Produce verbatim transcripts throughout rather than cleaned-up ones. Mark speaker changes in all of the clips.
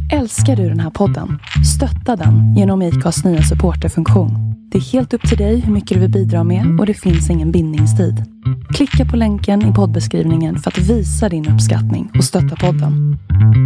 Speaker 1: Älskar du den här podden? Stötta den genom I C A:s nya supporterfunktion. Det är helt upp till dig hur mycket du vill bidra med och det finns ingen bindningstid. Klicka på länken i poddbeskrivningen för att visa din uppskattning och stötta podden.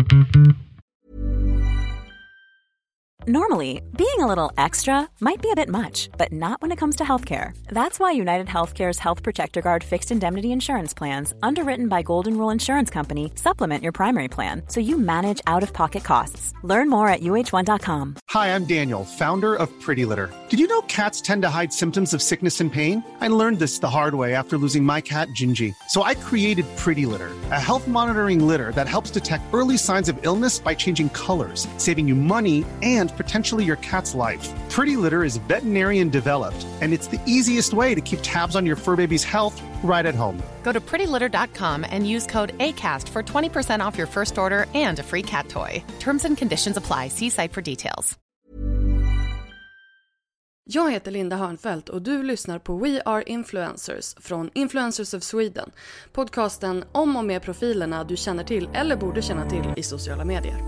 Speaker 2: Normally, being a little extra might be a bit much, but not when it comes to healthcare. That's why United Healthcare's Health Protector Guard fixed indemnity insurance plans, underwritten by Golden Rule Insurance Company, supplement your primary plan so you manage out-of-pocket costs. Learn more at U H one dot com.
Speaker 3: Hi, I'm Daniel, founder of Pretty Litter. Did you know cats tend to hide symptoms of sickness and pain? I learned this the hard way after losing my cat, Gingy. So I created Pretty Litter, a health monitoring litter that helps detect early signs of illness by changing colors, saving you money and potentially your cat's life. Pretty Litter is veterinarian developed, and it's the easiest way to keep tabs on your fur baby's health right at home.
Speaker 4: Go to pretty litter dot com and use code ACAST for twenty percent off your first order and a free cat toy. Terms and conditions apply. See site for details.
Speaker 5: Jag heter Linda Hörnfeldt och du lyssnar på We Are Influencers från Influencers of Sweden. Podcasten om och med profilerna du känner till eller borde känna till i sociala medier.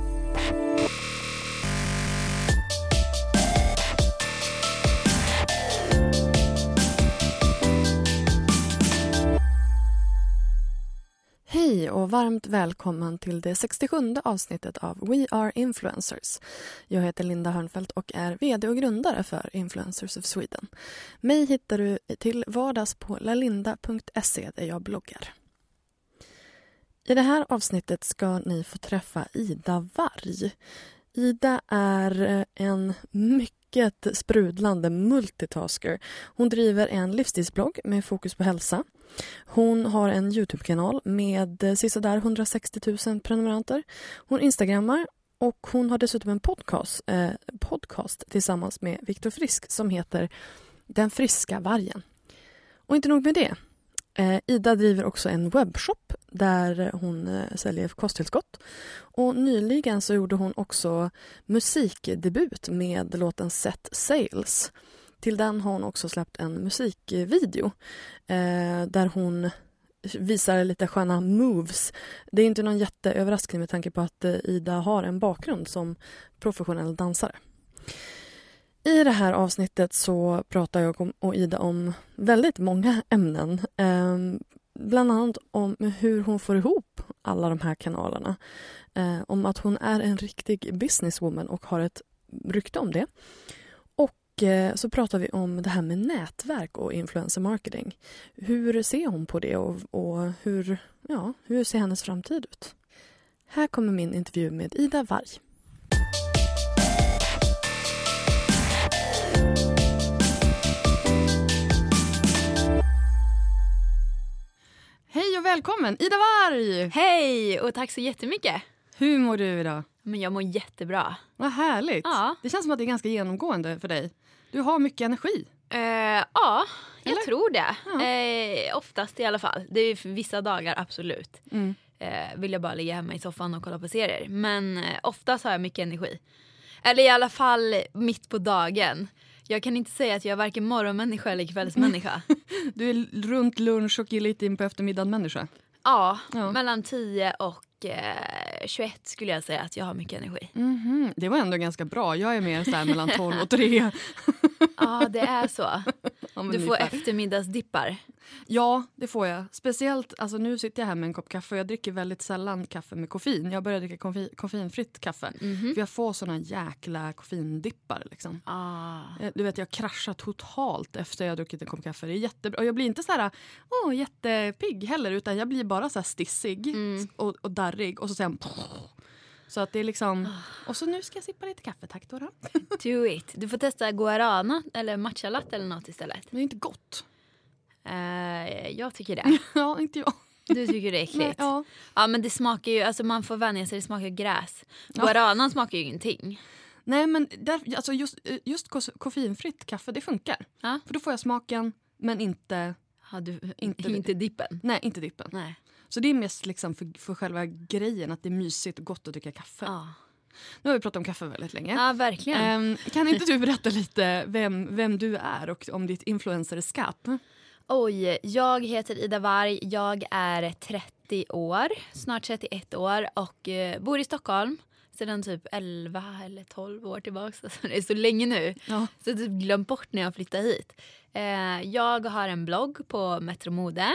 Speaker 5: Hej och varmt välkommen till det sextiosjunde avsnittet av We Are Influencers. Jag heter Linda Hörnfeldt och är vd och grundare för Influencers of Sweden. Mig hittar du till vardags på lalinda punkt se där jag bloggar. I det här avsnittet ska ni få träffa Ida Warg. Ida är en mycket sprudlande multitasker. Hon driver en livsstilsblogg med fokus på hälsa. Hon har en YouTube-kanal med sisådär hundrasextio tusen prenumeranter. Hon instagrammar och hon har dessutom en podcast, eh, podcast tillsammans med Viktor Frisk som heter Den friska vargen. Och inte nog med det. Eh, Ida driver också en webbshop där hon eh, säljer kosttillskott. Och nyligen så gjorde hon också musikdebut med låten Set Sails. Till den har hon också släppt en musikvideo eh, där hon visar lite sköna moves. Det är inte någon jätteöverraskning med tanke på att eh, Ida har en bakgrund som professionell dansare. I det här avsnittet så pratar jag om, och Ida om väldigt många ämnen. Eh, bland annat om hur hon får ihop alla de här kanalerna. Eh, om att hon är en riktig businesswoman och har ett rykte om det. Så pratar vi om det här med nätverk och influencer marketing. Hur ser hon på det och, och hur, ja, hur ser hennes framtid ut? Här kommer min intervju med Ida Warg. Hej och välkommen, Ida Warg!
Speaker 6: Hej och tack så jättemycket.
Speaker 5: Hur mår du idag?
Speaker 6: Men jag mår jättebra.
Speaker 5: Vad härligt.
Speaker 6: Ja.
Speaker 5: Det känns som att det är ganska genomgående för dig. Du har mycket energi.
Speaker 6: Uh, ja, jag
Speaker 5: Eller?
Speaker 6: tror det.
Speaker 5: Ja.
Speaker 6: Uh, oftast i alla fall. Det är för vissa dagar, absolut.
Speaker 5: Mm.
Speaker 6: Uh, vill jag bara ligga hemma i soffan och kolla på serier. Men uh, oftast har jag mycket energi. Eller i alla fall mitt på dagen. Jag kan inte säga att jag är varken morgonmänniska eller kvällsmänniska.
Speaker 5: Du är runt lunch och lite in på eftermiddagen människa.
Speaker 6: Ja,
Speaker 5: ja,
Speaker 6: mellan tio och eh, tjugoett skulle jag säga att jag har mycket energi.
Speaker 5: Mm-hmm. Det var ändå ganska bra. Jag är mer så här mellan tolv och tre.
Speaker 6: Ja, det är så.
Speaker 5: Ja,
Speaker 6: du får eftermiddagsdippar.
Speaker 5: Ja, det får jag. Speciellt, alltså nu sitter jag här med en kopp kaffe och jag dricker väldigt sällan kaffe med koffein. Jag börjar dricka koffein, koffeinfritt kaffe. Mm-hmm. För jag får såna jäkla koffeindippar liksom.
Speaker 6: Ah.
Speaker 5: Du vet, jag kraschar totalt efter jag har druckit en kopp kaffe. Det är jättebra. Och jag blir inte så här, åh, jättepigg heller. Utan jag blir bara så här stissig mm. och, och darrig. Och så säger jag, så att det är liksom, och så nu ska jag sippa lite kaffe, tack då.
Speaker 6: Do it. Du får testa guarana eller matcha latte eller något istället.
Speaker 5: Men det är inte gott.
Speaker 6: Uh, jag tycker det.
Speaker 5: Ja, inte jag.
Speaker 6: Du tycker det är äckligt. Nej,
Speaker 5: ja.
Speaker 6: Ja, men det smakar ju, alltså man får vänja sig, det smakar gräs. Guarana ja. Smakar ju ingenting.
Speaker 5: Nej, men där, alltså just, just koffeinfritt kaffe, det funkar.
Speaker 6: Ja.
Speaker 5: För då får jag smaken, men inte...
Speaker 6: Ja, du, inte, inte dippen.
Speaker 5: Nej, inte dippen.
Speaker 6: Nej.
Speaker 5: Så det är mest liksom för, för själva grejen, att det är mysigt och gott att dricka kaffe.
Speaker 6: Ja.
Speaker 5: Nu har vi pratat om kaffe väldigt länge.
Speaker 6: Ja, verkligen.
Speaker 5: Um, kan inte du berätta lite vem, vem du är och om ditt influencerskap?
Speaker 6: Oj, jag heter Ida Warg. Jag är trettio år, snart trettioett år och eh, bor i Stockholm sedan typ elva eller tolv år tillbaka. Alltså, det är så länge nu.
Speaker 5: Ja.
Speaker 6: Så jag har typ glömt bort när jag flyttade hit. Eh, jag har en blogg på Metromode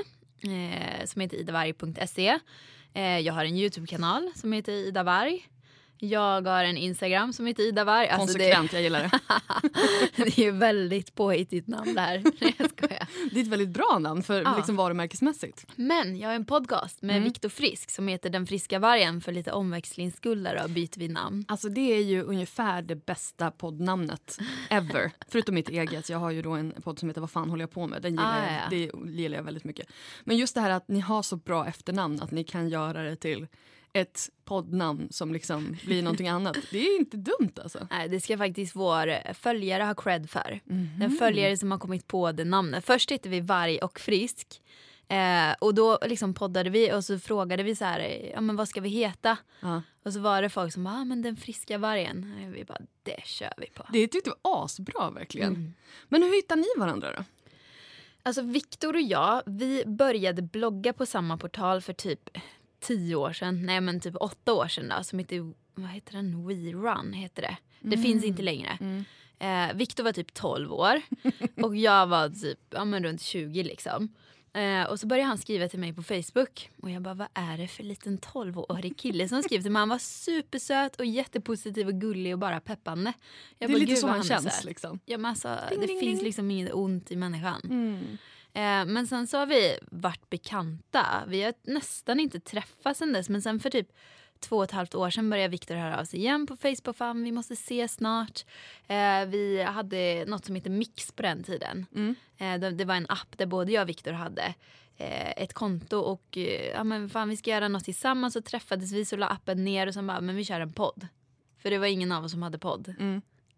Speaker 6: eh, som heter idavarg punkt se. Eh, jag har en YouTube-kanal som heter Ida Varg. Jag har en Instagram som heter Ida Varg. Alltså
Speaker 5: Konsekvent,
Speaker 6: det...
Speaker 5: jag gillar det.
Speaker 6: Det är ju väldigt påhittigt namn där. Nej, jag skojar.
Speaker 5: Det är ett väldigt bra namn för
Speaker 6: Ja.
Speaker 5: liksom varumärkesmässigt.
Speaker 6: Men jag har en podcast med
Speaker 5: Mm.
Speaker 6: Viktor Frisk som heter Den friska vargen. För lite omväxlingsskull där då byter vi namn.
Speaker 5: Alltså det är ju ungefär det bästa poddnamnet ever. Förutom mitt eget. Jag har ju då en podd som heter Vad fan håller jag på med? Den gillar,
Speaker 6: Ah,
Speaker 5: jag,
Speaker 6: ja.
Speaker 5: det gillar jag väldigt mycket. Men just det här att ni har så bra efternamn att ni kan göra det till ett poddnamn som liksom blir någonting annat. Det är inte dumt alltså.
Speaker 6: Nej, det ska faktiskt vår följare ha cred för.
Speaker 5: Mm-hmm.
Speaker 6: Den följare som har kommit på det namnet. Först hittade vi Varg och Frisk. Eh, och då liksom poddade vi och så frågade vi så här, ja men vad ska vi heta?
Speaker 5: Ja.
Speaker 6: Och så var det folk som bara, ah, men den friska vargen. Och vi bara, det kör vi på.
Speaker 5: Det tyckte jag var asbra verkligen.
Speaker 6: Mm.
Speaker 5: Men hur hittar ni varandra då?
Speaker 6: Alltså Viktor och jag, vi började blogga på samma portal för typ tio år sedan. Nej men typ åtta år sedan då. Som heter, vad heter den? We Run heter det. Det
Speaker 5: Mm.
Speaker 6: finns inte längre.
Speaker 5: Mm.
Speaker 6: Eh, Viktor var typ tolv år. Och jag var typ ja, men runt tjugo liksom. Eh, och så började han skriva till mig på Facebook. Och jag bara, vad är det för liten tolvårig kille som skriver till mig? Han var supersöt och jättepositiv och gullig och bara peppande. Jag
Speaker 5: Det är
Speaker 6: bara,
Speaker 5: lite
Speaker 6: "Gud,
Speaker 5: så
Speaker 6: vad
Speaker 5: man
Speaker 6: han är
Speaker 5: känns
Speaker 6: söt."
Speaker 5: liksom.
Speaker 6: Ja, men alltså,
Speaker 5: Ding,
Speaker 6: det
Speaker 5: ding,
Speaker 6: finns
Speaker 5: ding.
Speaker 6: liksom inget ont i människan.
Speaker 5: Mm.
Speaker 6: Eh, men sen så har vi varit bekanta. Vi har nästan inte träffats sen dess. Men sen för typ två och ett halvt år sedan började Viktor höra av sig igen på Facebook. Fan, vi måste ses snart. Eh, vi hade något som heter Mix på den tiden.
Speaker 5: Mm.
Speaker 6: Eh, det, det var en app där både jag och Viktor hade eh, ett konto. Och eh, ja, men fan, vi ska göra något tillsammans. Så träffades vi, så la appen ner och sen bara, men vi kör en podd. För det var ingen av oss som hade podd.
Speaker 5: Mm.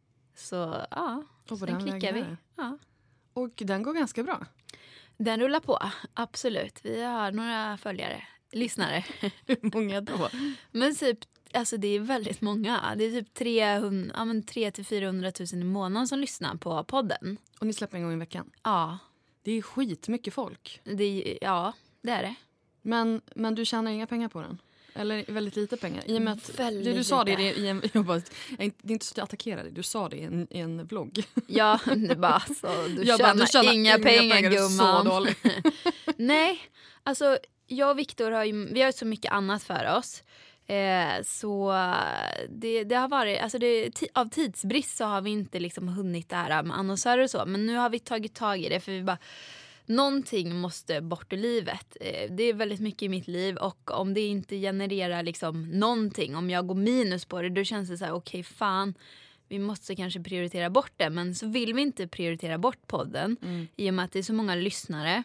Speaker 6: Så ja,
Speaker 5: Och på
Speaker 6: sen
Speaker 5: den
Speaker 6: klickade
Speaker 5: vägen
Speaker 6: vi.
Speaker 5: är det.
Speaker 6: Ja.
Speaker 5: Och den går ganska bra.
Speaker 6: Den rullar på, absolut. Vi har några följare, lyssnare.
Speaker 5: Hur många då?
Speaker 6: Men typ, alltså det är väldigt många. Det är typ trehundra, ja, men tre till fyrahundratusen i månaden som lyssnar på podden.
Speaker 5: Och ni släpper en gång i veckan.
Speaker 6: Ja,
Speaker 5: Det är skitmycket folk.
Speaker 6: det, är- ja, det är det.
Speaker 5: Men, men du tjänar inga pengar på den? Eller väldigt lite pengar? I och med att
Speaker 6: Väldigt
Speaker 5: du, du sa det
Speaker 6: lite.
Speaker 5: i en... Jag bara, jag, är inte- det är inte så att jag attackerar dig. Du sa det i en, i en vlogg.
Speaker 6: Ja, det bara så. Du,
Speaker 5: Jag
Speaker 6: tjänar,
Speaker 5: bara, du tjänar
Speaker 6: inga, pengar,
Speaker 5: du är
Speaker 6: gumman.
Speaker 5: så dålig.
Speaker 6: Nej, alltså jag och Viktor har ju, vi har ju så mycket annat för oss. Eh, så det, det har varit, alltså det, ti- av tidsbrist så har vi inte liksom hunnit det här med annonsörer och så. Men nu har vi tagit tag i det för vi bara, någonting måste bort ur livet. Eh, det är väldigt mycket i mitt liv och om det inte genererar liksom någonting, om jag går minus på det, då känns det så här, okej, fan. Vi måste kanske prioritera bort det, men så vill vi inte prioritera bort podden
Speaker 5: Mm.
Speaker 6: i och med att det är så många lyssnare.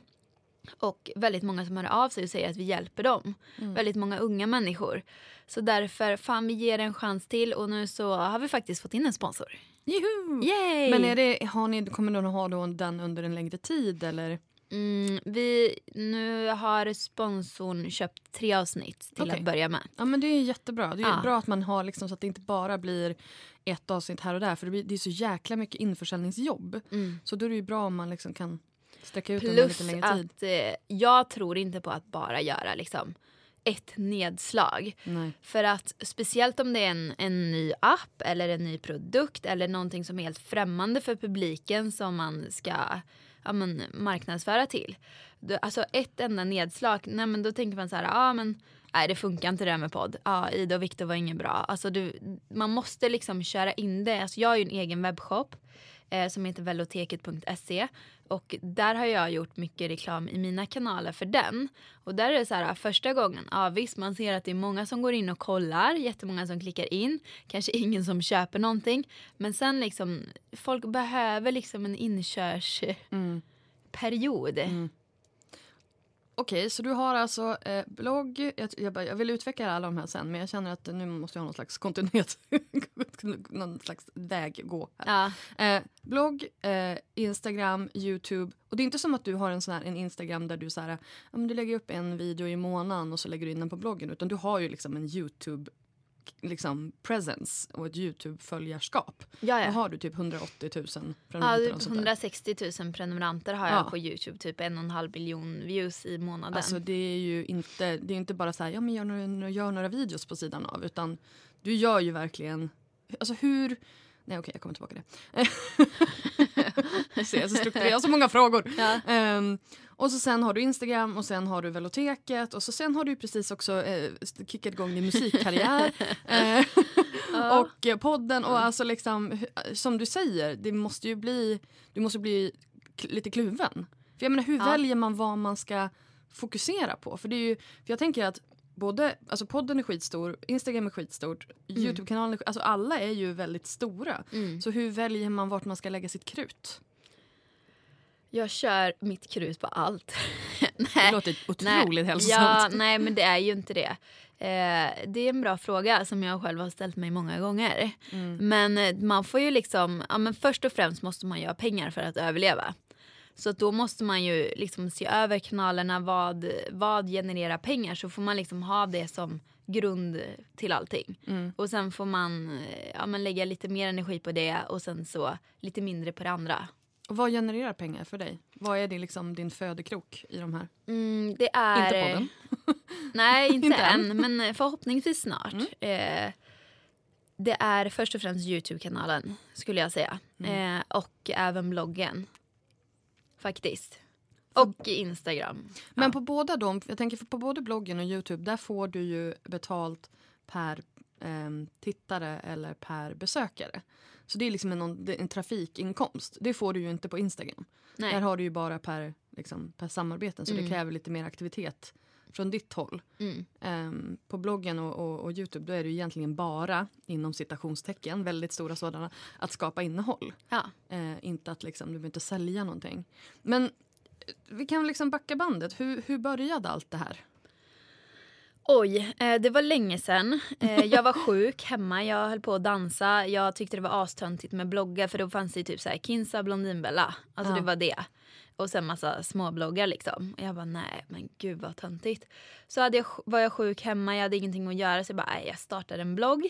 Speaker 6: Och väldigt många som hör av sig och säger att vi hjälper dem.
Speaker 5: Mm.
Speaker 6: Väldigt många unga människor. Så därför, fan vi ger en chans till. Och nu så har vi faktiskt fått in en sponsor.
Speaker 5: Juhu!
Speaker 6: Yay!
Speaker 5: Men är det, har ni, kommer ni att ha då den under en längre tid? Eller?
Speaker 6: Mm, vi, nu har sponsorn köpt tre avsnitt till
Speaker 5: Okej.
Speaker 6: att börja med.
Speaker 5: Ja, men det är jättebra. Det är
Speaker 6: Ja.
Speaker 5: bra att man har liksom, så att det inte bara blir ett avsnitt här och där. För det, blir, det är så jäkla mycket införsäljningsjobb.
Speaker 6: Mm.
Speaker 5: Så då är det ju bra om man liksom kan sträcka ut under en lite
Speaker 6: Plus
Speaker 5: längre tid.
Speaker 6: att eh, jag tror inte på att bara göra liksom ett nedslag.
Speaker 5: Nej.
Speaker 6: För att speciellt om det är en, en ny app eller en ny produkt eller någonting som är helt främmande för publiken som man ska ja, men, marknadsföra till. Då, alltså ett enda nedslag, nej, men då tänker man så här, ja men nej, det funkar inte det där med podd. Ja, Ida och Viktor var inget bra. Alltså du, man måste liksom köra in det. Alltså jag har ju en egen webbshop eh, som heter veloteket punkt se. Och där har jag gjort mycket reklam i mina kanaler för den. Och där är det så här, första gången, ja visst man ser att det är många som går in och kollar. Jättemånga som klickar in. Kanske ingen som köper någonting. Men sen liksom, folk behöver liksom en inkörsperiod.
Speaker 5: Mm. Mm. Okej, så du har alltså eh, blogg. Jag, jag, bara- jag vill utveckla alla de här sen. Men jag känner att nu måste jag ha någon slags kontinuitet. någon slags väg gå här.
Speaker 6: Ja.
Speaker 5: Eh, blogg, eh, Instagram, YouTube. Och det är inte som att du har en sån här en Instagram där du så här, ja, men du lägger upp en video i månaden och så lägger du in den på bloggen. Utan du har ju liksom en YouTube liksom presence och ett YouTube-följarskap.
Speaker 6: Ja,
Speaker 5: Då
Speaker 6: ja.
Speaker 5: har du typ hundraåttio tusen
Speaker 6: Ja,
Speaker 5: prenumeranter och sånt där.
Speaker 6: hundrasextio tusen prenumeranter har jag
Speaker 5: Ja.
Speaker 6: på YouTube. Typ en och en halv miljon views i månaden.
Speaker 5: Alltså det är ju inte, det är inte bara så här, ja men gör några, gör några videos på sidan av, utan du gör ju verkligen... Alltså hur... Nej okej, jag kommer tillbaka till det. Jag ser så strukturerat, jag har så många frågor.
Speaker 6: Ja.
Speaker 5: Um, och så sen har du Instagram och sen har du Veloteket och så sen har du precis också eh, kickat igång din musikkarriär. eh,
Speaker 6: Ja.
Speaker 5: och eh, podden och alltså liksom som du säger, det måste ju bli du måste bli k- lite kluven. För jag menar, hur
Speaker 6: Ja.
Speaker 5: väljer man vad man ska fokusera på? För det är ju, för jag tänker att både, alltså podden är skitstor, Instagram är skitstort,
Speaker 6: Mm.
Speaker 5: YouTube-kanalen, är- alltså alla är ju väldigt stora.
Speaker 6: Mm.
Speaker 5: Så hur väljer man vart man ska lägga sitt krut?
Speaker 6: Jag kör mitt krut på allt.
Speaker 5: Det låter otroligt hälsosamt.
Speaker 6: Ja, nej, men det är ju inte det. Eh, det är en bra fråga som jag själv har ställt mig många gånger.
Speaker 5: Mm.
Speaker 6: Men eh, man får ju liksom, ja, men först och främst måste man ju ha pengar för att överleva. Så att då måste man ju liksom se över kanalerna, vad, vad genererar pengar, så får man liksom ha det som grund till allting.
Speaker 5: Mm.
Speaker 6: Och sen får man, eh, ja, men lägga lite mer energi på det och sen så lite mindre på det andra.
Speaker 5: Och vad genererar pengar för dig? Vad är det liksom din födekrok i de här?
Speaker 6: Mm, det är...
Speaker 5: Inte podden.
Speaker 6: Nej, inte,
Speaker 5: Inte
Speaker 6: än.
Speaker 5: än.
Speaker 6: Men förhoppningsvis snart.
Speaker 5: Mm.
Speaker 6: Eh, det är först och främst YouTube-kanalen, skulle jag säga.
Speaker 5: Mm.
Speaker 6: Eh, och även bloggen. Faktiskt. Och Instagram.
Speaker 5: Men
Speaker 6: Ja.
Speaker 5: på båda dem, jag tänker på både bloggen och YouTube, där får du ju betalt per eh, tittare eller per besökare. Så det är liksom en, en trafikinkomst. Det får du ju inte på Instagram.
Speaker 6: Nej.
Speaker 5: Där har du ju bara per, liksom, per samarbeten, så
Speaker 6: Mm.
Speaker 5: det kräver lite mer aktivitet från ditt håll.
Speaker 6: Mm.
Speaker 5: Um, på bloggen och, och, och YouTube då är det ju egentligen bara, inom citationstecken, väldigt stora sådana, att skapa innehåll.
Speaker 6: Ja.
Speaker 5: Uh, inte att liksom, du behöver inte sälja någonting. Men uh, vi kan liksom backa bandet. Hur, hur började allt det här?
Speaker 6: Oj, eh, det var länge sedan. Eh, jag var sjuk hemma, jag höll på att dansa. Jag tyckte det var astöntigt med bloggar, för då fanns det ju typ så här Kinsa, Blondinbella. Alltså
Speaker 5: Ja.
Speaker 6: det var det. Och sen massa småbloggar liksom. Och jag bara, nej men gud vad töntigt. Så hade jag, var jag sjuk hemma, jag hade ingenting att göra, så jag bara, nej, jag startade en blogg.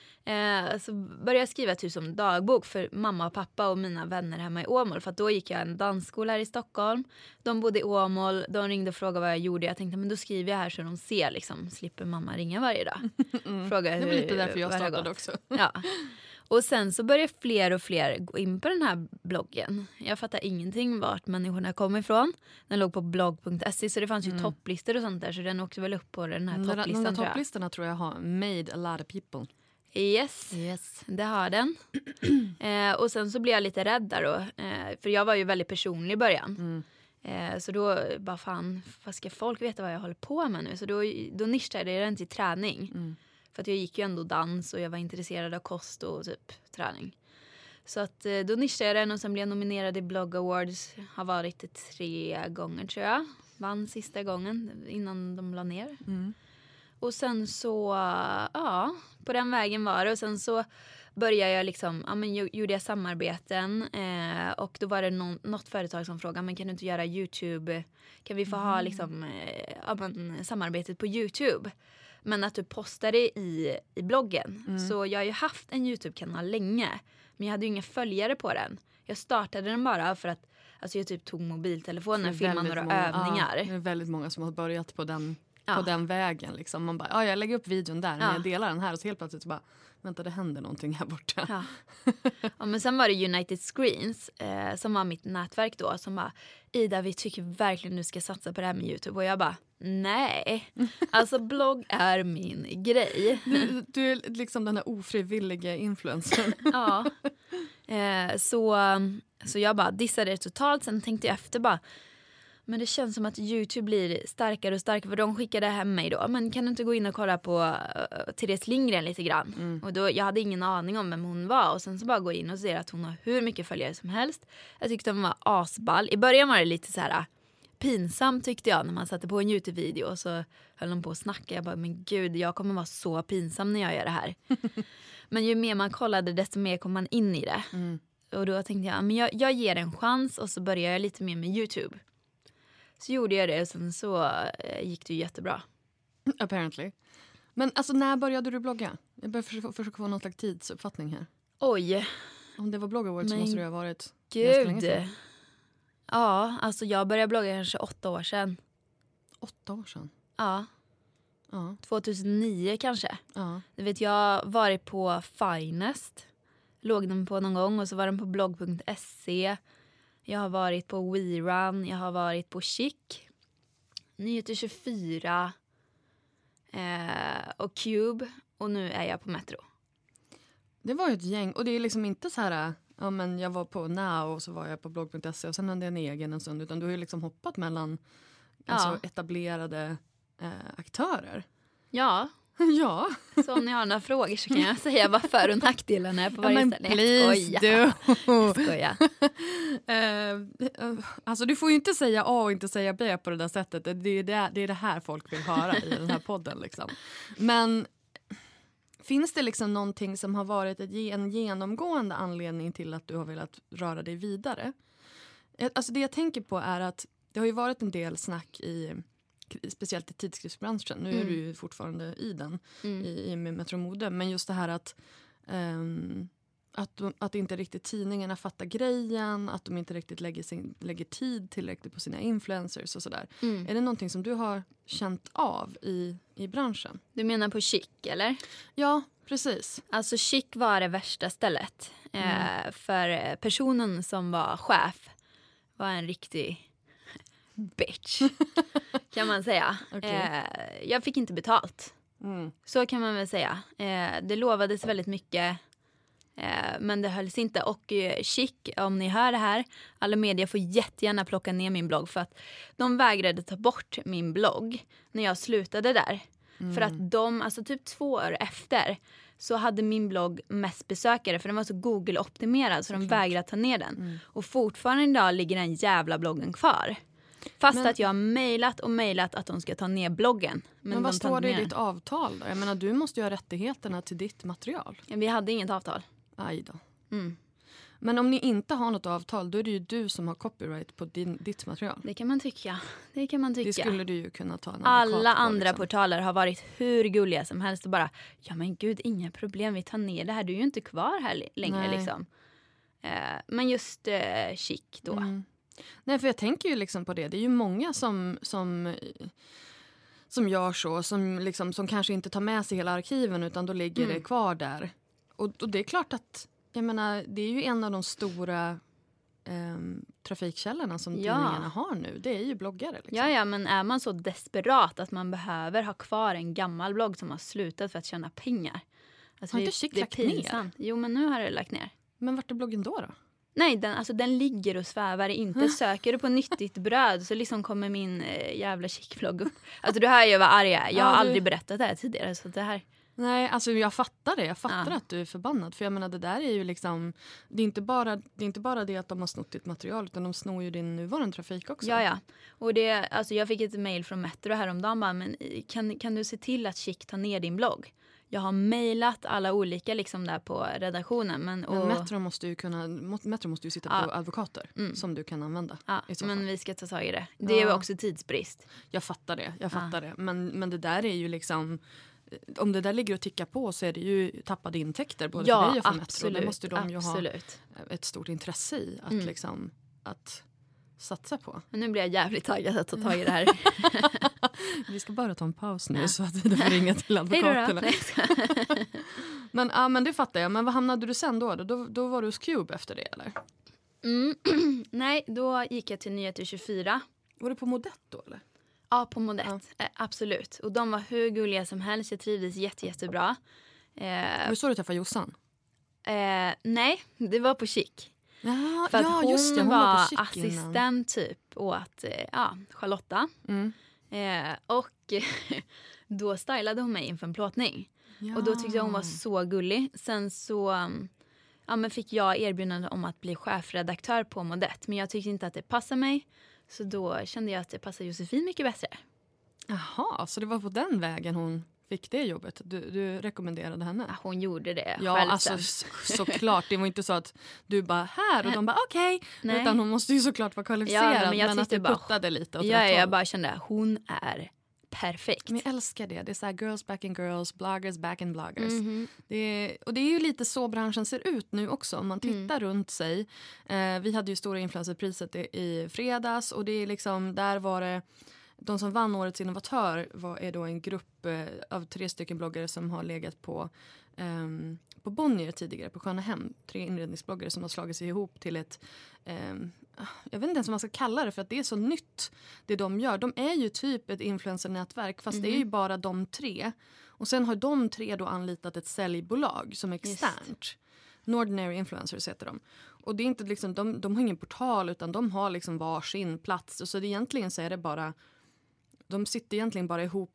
Speaker 6: Eh, så började jag skriva typ som dagbok för mamma och pappa och mina vänner hemma i Åmål. För att då gick jag en dansskola här i Stockholm. De bodde i Åmål, de ringde och frågade vad jag gjorde. Jag tänkte, men då skriver jag här så de ser liksom. Slipper mamma ringa varje dag.
Speaker 5: Mm.
Speaker 6: Fråga
Speaker 5: Det
Speaker 6: hur,
Speaker 5: var lite därför jag
Speaker 6: vad det har
Speaker 5: startade
Speaker 6: gått.
Speaker 5: också.
Speaker 6: Ja. Och sen så började fler och fler gå in på den här bloggen. Jag fattar ingenting vart människorna kom ifrån. Den låg på blogg punkt se, så det fanns ju
Speaker 5: Mm.
Speaker 6: topplistor och sånt där. Så den åkte väl upp på den här
Speaker 5: De där, de
Speaker 6: topplistan,
Speaker 5: där
Speaker 6: tror jag.
Speaker 5: topplistorna tror jag har made a lot of people.
Speaker 6: Yes,
Speaker 5: Yes.
Speaker 6: det har den. eh, och sen så blev jag lite rädd där då. Eh, för jag var ju väldigt personlig i början.
Speaker 5: Mm.
Speaker 6: Eh, så då bara fan, vad ska folk veta vad jag håller på med nu? Så då, då nischade jag den till träning.
Speaker 5: Mm.
Speaker 6: För att jag gick ju ändå dans och jag var intresserad av kost och typ träning. Så att eh, då nischade jag den och sen blev jag nominerad i Blog Awards. Har varit tre gånger tror jag. Vann sista gången innan de la ner.
Speaker 5: Mm.
Speaker 6: Och sen så, ja, på den vägen var det. Och sen så började jag liksom, ja men gjorde jag samarbeten. Eh, och då var det någon, något företag som frågade, men kan du inte göra YouTube? Kan vi få ha liksom, eh, ja, men, samarbetet på YouTube? Men att du postar det i, i bloggen.
Speaker 5: Mm.
Speaker 6: Så jag har ju haft en YouTube-kanal länge. Men jag hade ju inga följare på den. Jag startade den bara för att alltså jag typ tog mobiltelefonen och
Speaker 5: Det är
Speaker 6: filmade några
Speaker 5: väldigt många-
Speaker 6: övningar.
Speaker 5: Ja, det är väldigt många som har börjat på den,
Speaker 6: Ja.
Speaker 5: på den vägen. Liksom. Man bara, ja, jag lägger upp videon där, men
Speaker 6: Ja.
Speaker 5: jag delar den här. Och så helt plötsligt så bara, vänta, det händer någonting här borta.
Speaker 6: Ja. Ja, men sen var det United Screens eh, som var mitt nätverk då, som bara, Ida, vi tycker verkligen du ska satsa på det här med YouTube. Och jag bara, nej, alltså blogg är min grej.
Speaker 5: Du, du är liksom den här ofrivilliga influencern.
Speaker 6: Ja. Eh, så, så jag bara dissade det totalt. Sen tänkte jag efter bara, men det känns som att YouTube blir starkare och starkare. För de skickade hem mig då, men kan du inte gå in och kolla på uh, Therese Lindgren lite grann?
Speaker 5: Mm.
Speaker 6: Och då, jag hade ingen aning om vem hon var. Och sen så bara gå in och se att hon har hur mycket följare som helst. Jag tyckte hon var asball. I början var det lite så här pinsamt tyckte jag, när man satte på en YouTube-video och så höll de på att snacka. Jag bara, men gud, jag kommer vara så pinsam när jag gör det här. Men ju mer man kollade, desto mer kom man in i det.
Speaker 5: Mm.
Speaker 6: Och då tänkte jag, men jag, jag ger en chans och så börjar jag lite mer med YouTube. Så gjorde jag det och sen så eh, gick det ju jättebra.
Speaker 5: Apparently. Men alltså, när började du blogga? Jag börjar försöka, försöka få någon slags tidsuppfattning här.
Speaker 6: Oj,
Speaker 5: Om det var Blog Awards så
Speaker 6: Men
Speaker 5: måste det ha varit ganska länge
Speaker 6: gud.
Speaker 5: sedan.
Speaker 6: Ja, alltså jag började blogga kanske åtta år sedan.
Speaker 5: Åtta år sedan.
Speaker 6: Ja.
Speaker 5: Ja.
Speaker 6: tjugohundranio kanske.
Speaker 5: Ja.
Speaker 6: Du vet, jag har varit på Finest. Låg den på någon gång och så var den på blogg punkt se. Jag har varit på WeRun. Jag har varit på Chic. Nyheter tjugofyra. Eh, och Cube. Och nu är jag på Metro.
Speaker 5: Det var ju ett gäng. Och det är liksom inte så här... Ja, men jag var på Now och så var jag på blogg punkt se. Och sen hade jag en egen en stund. Utan du har ju liksom hoppat mellan alltså,
Speaker 6: Ja.
Speaker 5: etablerade eh, aktörer.
Speaker 6: Ja,
Speaker 5: Ja.
Speaker 6: så om ni har några frågor så kan jag säga vad för- och nackdelarna är på varje
Speaker 5: Ja, men
Speaker 6: ställe.
Speaker 5: please
Speaker 6: Jag
Speaker 5: do.
Speaker 6: skojar. Jag skojar.
Speaker 5: Eh, alltså du får ju inte säga A och inte säga B på det där sättet. Det är det, det är det här folk vill höra i den här podden liksom. Men finns det liksom någonting som har varit ett, en genomgående anledning till att du har velat röra dig vidare? Alltså det jag tänker på är att det har ju varit en del snack i, speciellt i tidskriftsbranschen. Nu är
Speaker 6: Mm.
Speaker 5: du ju fortfarande i den,
Speaker 6: Mm.
Speaker 5: i, i med Metro Mode. Men just det här att, um, att, de, att inte riktigt tidningarna fattar grejen. Att de inte riktigt lägger, sin, lägger tid tillräckligt på sina influencers och sådär.
Speaker 6: Mm.
Speaker 5: Är det någonting som du har känt av i, i branschen?
Speaker 6: Du menar på Chic, eller?
Speaker 5: Ja, precis.
Speaker 6: Alltså Chic var det värsta stället.
Speaker 5: Mm.
Speaker 6: Eh, för personen som var chef var en riktig bitch, kan man säga.
Speaker 5: Okej.
Speaker 6: Eh, jag fick inte betalt.
Speaker 5: Mm.
Speaker 6: Så kan man väl säga. Eh, det lovades väldigt mycket. Eh, men det hölls inte. Och eh, Chic, om ni hör det här, alla media får jättegärna plocka ner min blogg. För att de vägrade ta bort min blogg när jag slutade där.
Speaker 5: Mm.
Speaker 6: För att de, alltså typ två år efter, så hade min blogg mest besökare. För den var så Google-optimerad så de
Speaker 5: Såklart.
Speaker 6: vägrade ta ner den.
Speaker 5: Mm.
Speaker 6: Och fortfarande idag ligger den jävla bloggen kvar. Fast
Speaker 5: Men-
Speaker 6: att jag har mejlat och mejlat att de ska ta ner bloggen. Men,
Speaker 5: Men vad
Speaker 6: de tar
Speaker 5: står
Speaker 6: inte
Speaker 5: det i
Speaker 6: ner
Speaker 5: ditt avtal då? Jag menar, du måste ju ha rättigheterna till ditt material.
Speaker 6: den. Vi hade inget avtal.
Speaker 5: Aj då.
Speaker 6: Mm.
Speaker 5: Men om ni inte har något avtal, då är det ju du som har copyright på din, ditt material.
Speaker 6: Det kan man tycka. Det kan man tycka.
Speaker 5: Det skulle du ju kunna ta en advokat
Speaker 6: Alla
Speaker 5: på,
Speaker 6: andra
Speaker 5: liksom.
Speaker 6: portaler har varit hur gulliga som helst och bara, ja men gud, inga problem, vi tar ner det här, du är ju inte kvar här li- längre
Speaker 5: Nej.
Speaker 6: liksom. Eh, men just eh, Chic då.
Speaker 5: Mm. Nej, för jag tänker ju liksom på det. Det är ju många som, som, som gör så. Som, liksom, som kanske inte tar med sig hela arkiven utan då ligger
Speaker 6: Mm.
Speaker 5: det kvar där. Och, och det är klart att, jag menar, det är ju en av de stora ehm, trafikkällorna som
Speaker 6: Ja.
Speaker 5: tidningarna har nu. Det är ju bloggare. Liksom.
Speaker 6: Ja, ja, men är man så desperat att man behöver ha kvar en gammal blogg som har slutat för att tjäna pengar? Alltså
Speaker 5: Har
Speaker 6: det,
Speaker 5: inte Chic
Speaker 6: det är
Speaker 5: lagt ner?
Speaker 6: pinsamt. Jo, men nu har det lagt ner.
Speaker 5: Men vart är bloggen då då?
Speaker 6: Nej, den, alltså, den ligger och svävar inte. Söker du på nyttigt bröd så liksom kommer min eh, jävla Chic-blogg upp. Alltså du hör ju vad arg jag är. Jag har
Speaker 5: Ja, du-
Speaker 6: aldrig berättat det här tidigare. Så det här...
Speaker 5: Nej, alltså jag fattar det. Jag fattar
Speaker 6: Ja.
Speaker 5: att du är förbannad. För jag menar, det där är ju liksom... Det är inte bara det, är inte bara det att de har snott ditt material, utan de snor ju din nuvarande trafik också.
Speaker 6: Ja, ja. Och det, alltså, jag fick ett mejl från Metro häromdagen. Bara, men kan, kan du se till att Chic tar ner din blogg? Jag har mejlat alla olika liksom där på redaktionen. Men, och,
Speaker 5: Men Metro måste ju kunna... Metro måste ju sitta
Speaker 6: Ja.
Speaker 5: på advokater
Speaker 6: Mm.
Speaker 5: som du kan använda.
Speaker 6: ja,
Speaker 5: i så
Speaker 6: men
Speaker 5: fall.
Speaker 6: vi ska ta tag i det. Det är ju
Speaker 5: Ja.
Speaker 6: också tidsbrist.
Speaker 5: Jag fattar det, jag fattar
Speaker 6: Ja.
Speaker 5: det. Men, men det där är ju liksom... Om det där ligger och tickar på så är det ju tappade intäkter både för
Speaker 6: Ja,
Speaker 5: dig och för Metro.
Speaker 6: absolut.
Speaker 5: Det måste de ju ha
Speaker 6: absolut.
Speaker 5: ett stort intresse i att,
Speaker 6: Mm.
Speaker 5: liksom, att satsa på.
Speaker 6: Men nu blir jag jävligt taggad att ta tag i det här.
Speaker 5: Vi ska bara ta en paus nu
Speaker 6: Ja.
Speaker 5: så att vi får ringa till
Speaker 6: Hej då då.
Speaker 5: advokaterna.
Speaker 6: Nej, jag ska-
Speaker 5: Men, ja, men det fattar jag. Men vad hamnade du sen då? Då, då var du hos Cube efter det, eller?
Speaker 6: Mm. Nej, då gick jag till Nyheter tjugofyra.
Speaker 5: Var du på Modett då, eller?
Speaker 6: Ja, på Modett. Eh, absolut. Och de var hur gulliga som helst. Jag trivdes jätte, jättebra. Eh,
Speaker 5: Var det så du träffade Jossan?
Speaker 6: eh, nej, det var på Chic.
Speaker 5: Ja,
Speaker 6: För att
Speaker 5: ja
Speaker 6: hon,
Speaker 5: just det. Hon
Speaker 6: var,
Speaker 5: var på Chic
Speaker 6: assistent
Speaker 5: innan.
Speaker 6: typ åt eh, ja, Charlotta.
Speaker 5: Mm.
Speaker 6: Eh, och då stylade hon mig inför en plåtning.
Speaker 5: Ja.
Speaker 6: Och då tyckte jag hon var så gullig. Sen så um, ja, men fick jag erbjudande om att bli chefredaktör på Modett. Men jag tyckte inte att det passade mig. Så då kände jag att det passade Josefin mycket bättre.
Speaker 5: Jaha, så det var på den vägen hon fick det jobbet? Du, du rekommenderade henne?
Speaker 6: Ja, hon gjorde det
Speaker 5: Ja,
Speaker 6: själv
Speaker 5: alltså
Speaker 6: sen.
Speaker 5: s- såklart. Det var inte så att du bara här och de bara okej.
Speaker 6: Nej.
Speaker 5: Utan hon måste ju såklart vara kvalificerad.
Speaker 6: Ja, men jag
Speaker 5: men att
Speaker 6: tyckte
Speaker 5: du
Speaker 6: bara-
Speaker 5: puttade lite åt
Speaker 6: Ja,
Speaker 5: rätt
Speaker 6: jag
Speaker 5: håll.
Speaker 6: bara kände hon är perfekt.
Speaker 5: Men jag älskar det. Det är så här girls back in girls, bloggers back in bloggers.
Speaker 6: Mhm.
Speaker 5: Det är, och det är ju lite så branschen ser ut nu också. Om man tittar runt sig. Eh, vi hade ju stora influencerpriset i, i fredags. Och det är liksom, där var det de som vann årets innovatör var, är då en grupp eh, av tre stycken bloggare som har legat på, eh, på Bonnier tidigare, på Sköna Hem. Tre inredningsbloggare som har slagit sig ihop till ett, eh, jag vet inte ens vad man ska kalla det för att det är så nytt det de gör. De är ju typ ett influencernätverk fast mm-hmm. det är ju bara de tre. Och sen har de tre då anlitat ett säljbolag som är externt. Nordinary Influencers heter de. Och det är inte liksom, de, de har ingen portal utan de har liksom varsin plats. Och så det egentligen så är det bara, de sitter egentligen bara ihop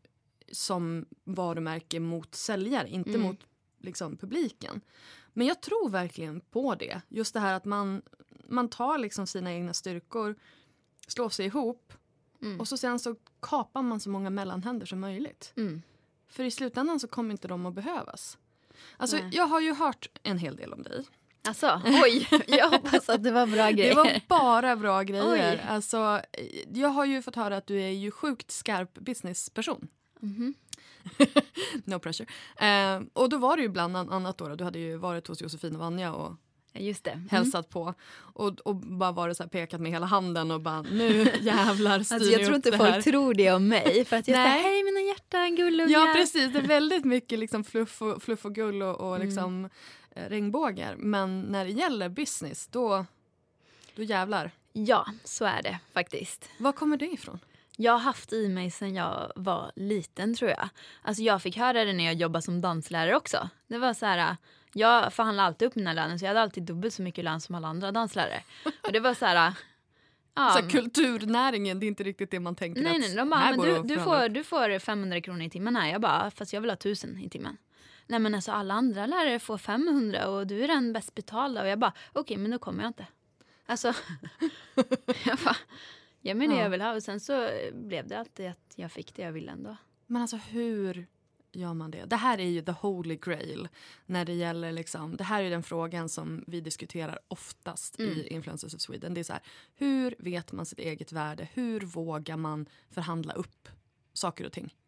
Speaker 5: som varumärke mot säljare, inte mm. mot liksom publiken. Men jag tror verkligen på det. Just det här att man, man tar liksom sina egna styrkor, slår sig ihop mm. och så sen så kapar man så många mellanhänder som möjligt. Mm. För i slutändan så kommer inte de att behövas. Alltså Nej. jag har ju hört en hel del om dig.
Speaker 6: Alltså, oj, jag hoppas att det var bra grejer.
Speaker 5: Det var bara bra grejer. Oj. Alltså, jag har ju fått höra att du är ju sjukt skarp businessperson. Mm-hmm. No pressure. Uh, och då var det ju bland annat då, du hade ju varit hos Josefin och Vanja och
Speaker 6: Just det. Mm.
Speaker 5: hälsat på. Och, och bara var det så här pekat med hela handen och bara, nu jävlar styr
Speaker 6: alltså, jag tror inte folk tror det om mig. För att jag säger, hej mina hjärtan, gullungar.
Speaker 5: Ja precis, det är väldigt mycket liksom fluff, och, fluff och gull och, och liksom mm. eh, regnbågar. Men när det gäller business, då, då jävlar.
Speaker 6: Ja, så är det faktiskt.
Speaker 5: Var kommer det ifrån?
Speaker 6: Jag har haft i mig sedan jag var liten tror jag. Alltså jag fick höra det när jag jobbade som danslärare också. Det var så här, jag förhandlade alltid upp mina löner så jag hade alltid dubbelt så mycket lön som alla andra danslärare. Och det var så här...
Speaker 5: Ja, så här, kulturnäringen, det är inte riktigt det man tänker.
Speaker 6: Nej, nej, de bara, men du, du, får, du får femhundra kronor i timmen här. Jag bara, fast jag vill ha tusen i timmen. Nej men alltså alla andra lärare får femhundra och du är den bäst betalda. Och jag bara, okej okay, men då kommer jag inte. Alltså, jag bara... Ja, men det ja. jag vill ha. Och sen så blev det alltid att jag fick det jag ville ändå.
Speaker 5: Men alltså hur gör man det? Det här är ju the holy grail när det gäller liksom, det här är den frågan som vi diskuterar oftast mm. i Influencers of Sweden. Det är så här, hur vet man sitt eget värde? Hur vågar man förhandla upp saker och ting?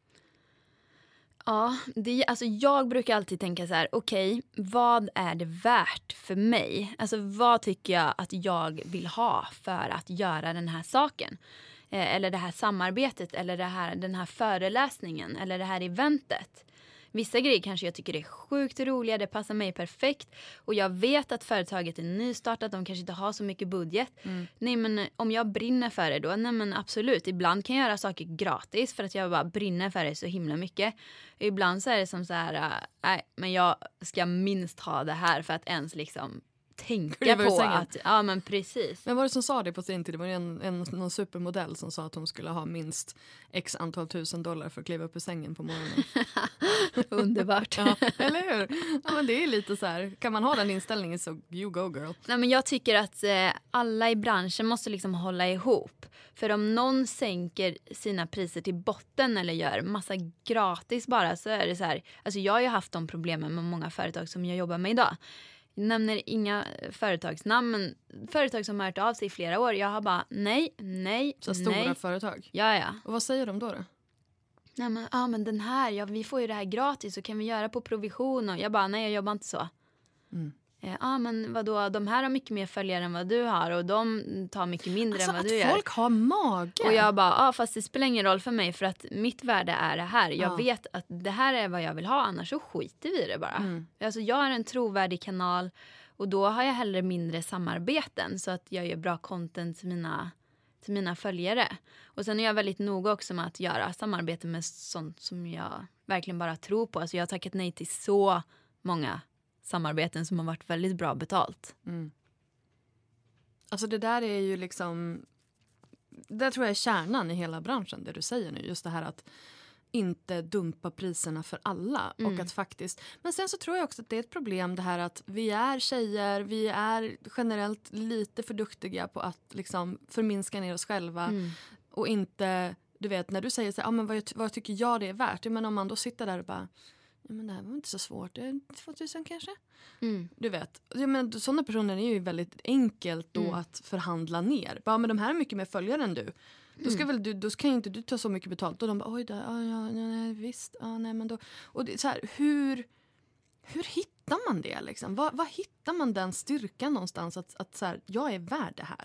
Speaker 6: Ja, det, alltså jag brukar alltid tänka så här, okej, okay, vad är det värt för mig? Alltså vad tycker jag att jag vill ha för att göra den här saken? Eh, eller det här samarbetet, eller det här, den här föreläsningen, eller det här eventet. Vissa grejer kanske jag tycker är sjukt roliga, det passar mig perfekt. Och jag vet att företaget är nystartat, de kanske inte har så mycket budget. Mm. Nej men om jag brinner för det då, nej men absolut. Ibland kan jag göra saker gratis för att jag bara brinner för det så himla mycket. Ibland så är det som så här, nej men jag ska minst ha det här för att ens liksom... tänka på att, ja men precis.
Speaker 5: Men var det som sa det på sin tid? Det var en, en någon supermodell som sa att hon skulle ha minst x antal tusen dollar för att kliva upp ur sängen på morgonen.
Speaker 6: Underbart.
Speaker 5: Ja, eller hur? Ja men det är lite så här, kan man ha den inställningen så you go girl.
Speaker 6: Nej men jag tycker att eh, alla i branschen måste liksom hålla ihop. För om någon sänker sina priser till botten eller gör massa gratis bara så är det så här, alltså jag har ju haft de problemen med många företag som jag jobbar med idag. Jag nämner inga företagsnamn, men företag som har hört av sig i flera år. Jag har bara, nej, nej,
Speaker 5: så
Speaker 6: nej.
Speaker 5: Stora företag?
Speaker 6: Ja, ja.
Speaker 5: Och vad säger de då då?
Speaker 6: Nej, men, ja, men den här, ja, vi får ju det här gratis så kan vi göra på provision. Och jag bara, nej, jag jobbar inte så. Mm. Ja, ah, men vadå, de här har mycket mer följare än vad du har och de tar mycket mindre
Speaker 5: alltså,
Speaker 6: än vad
Speaker 5: du
Speaker 6: gör.
Speaker 5: Alltså att folk har mage.
Speaker 6: Och jag bara, ja ah, fast det spelar ingen roll för mig för att mitt värde är det här. Jag ja. vet att det här är vad jag vill ha, annars så skiter vi i det bara. Mm. Alltså jag har en trovärdig kanal och då har jag hellre mindre samarbeten så att jag gör bra content till mina, till mina följare. Och sen är jag väldigt noga också med att göra samarbete med sånt som jag verkligen bara tror på. Alltså jag har tackat nej till så många samarbeten som har varit väldigt bra betalt. Mm.
Speaker 5: Alltså det där är ju liksom, det tror jag är kärnan i hela branschen, det du säger nu. Just det här att inte dumpa priserna för alla. Mm. Och att faktiskt, men sen så tror jag också att det är ett problem det här att vi är tjejer, vi är generellt lite för duktiga på att liksom förminska ner oss själva. Mm. Och inte, du vet, när du säger så här, ah, men vad, vad tycker jag det är värt? Men om man då sitter där och bara, ja men det här var inte så svårt, det är tvåtusen kanske. Mm. Du vet, ja, men sådana personer är ju väldigt enkelt då mm. att förhandla ner. Bara, men de här är mycket mer följare än du. Då ska mm. väl du, då ska inte du ta så mycket betalt. Och de bara, oj, där, ja, ja, nej, visst, ja, nej, men då. Och det, så här, hur, hur hittar man det liksom? Var, var hittar man den styrkan någonstans att, att så här, jag är värd det här?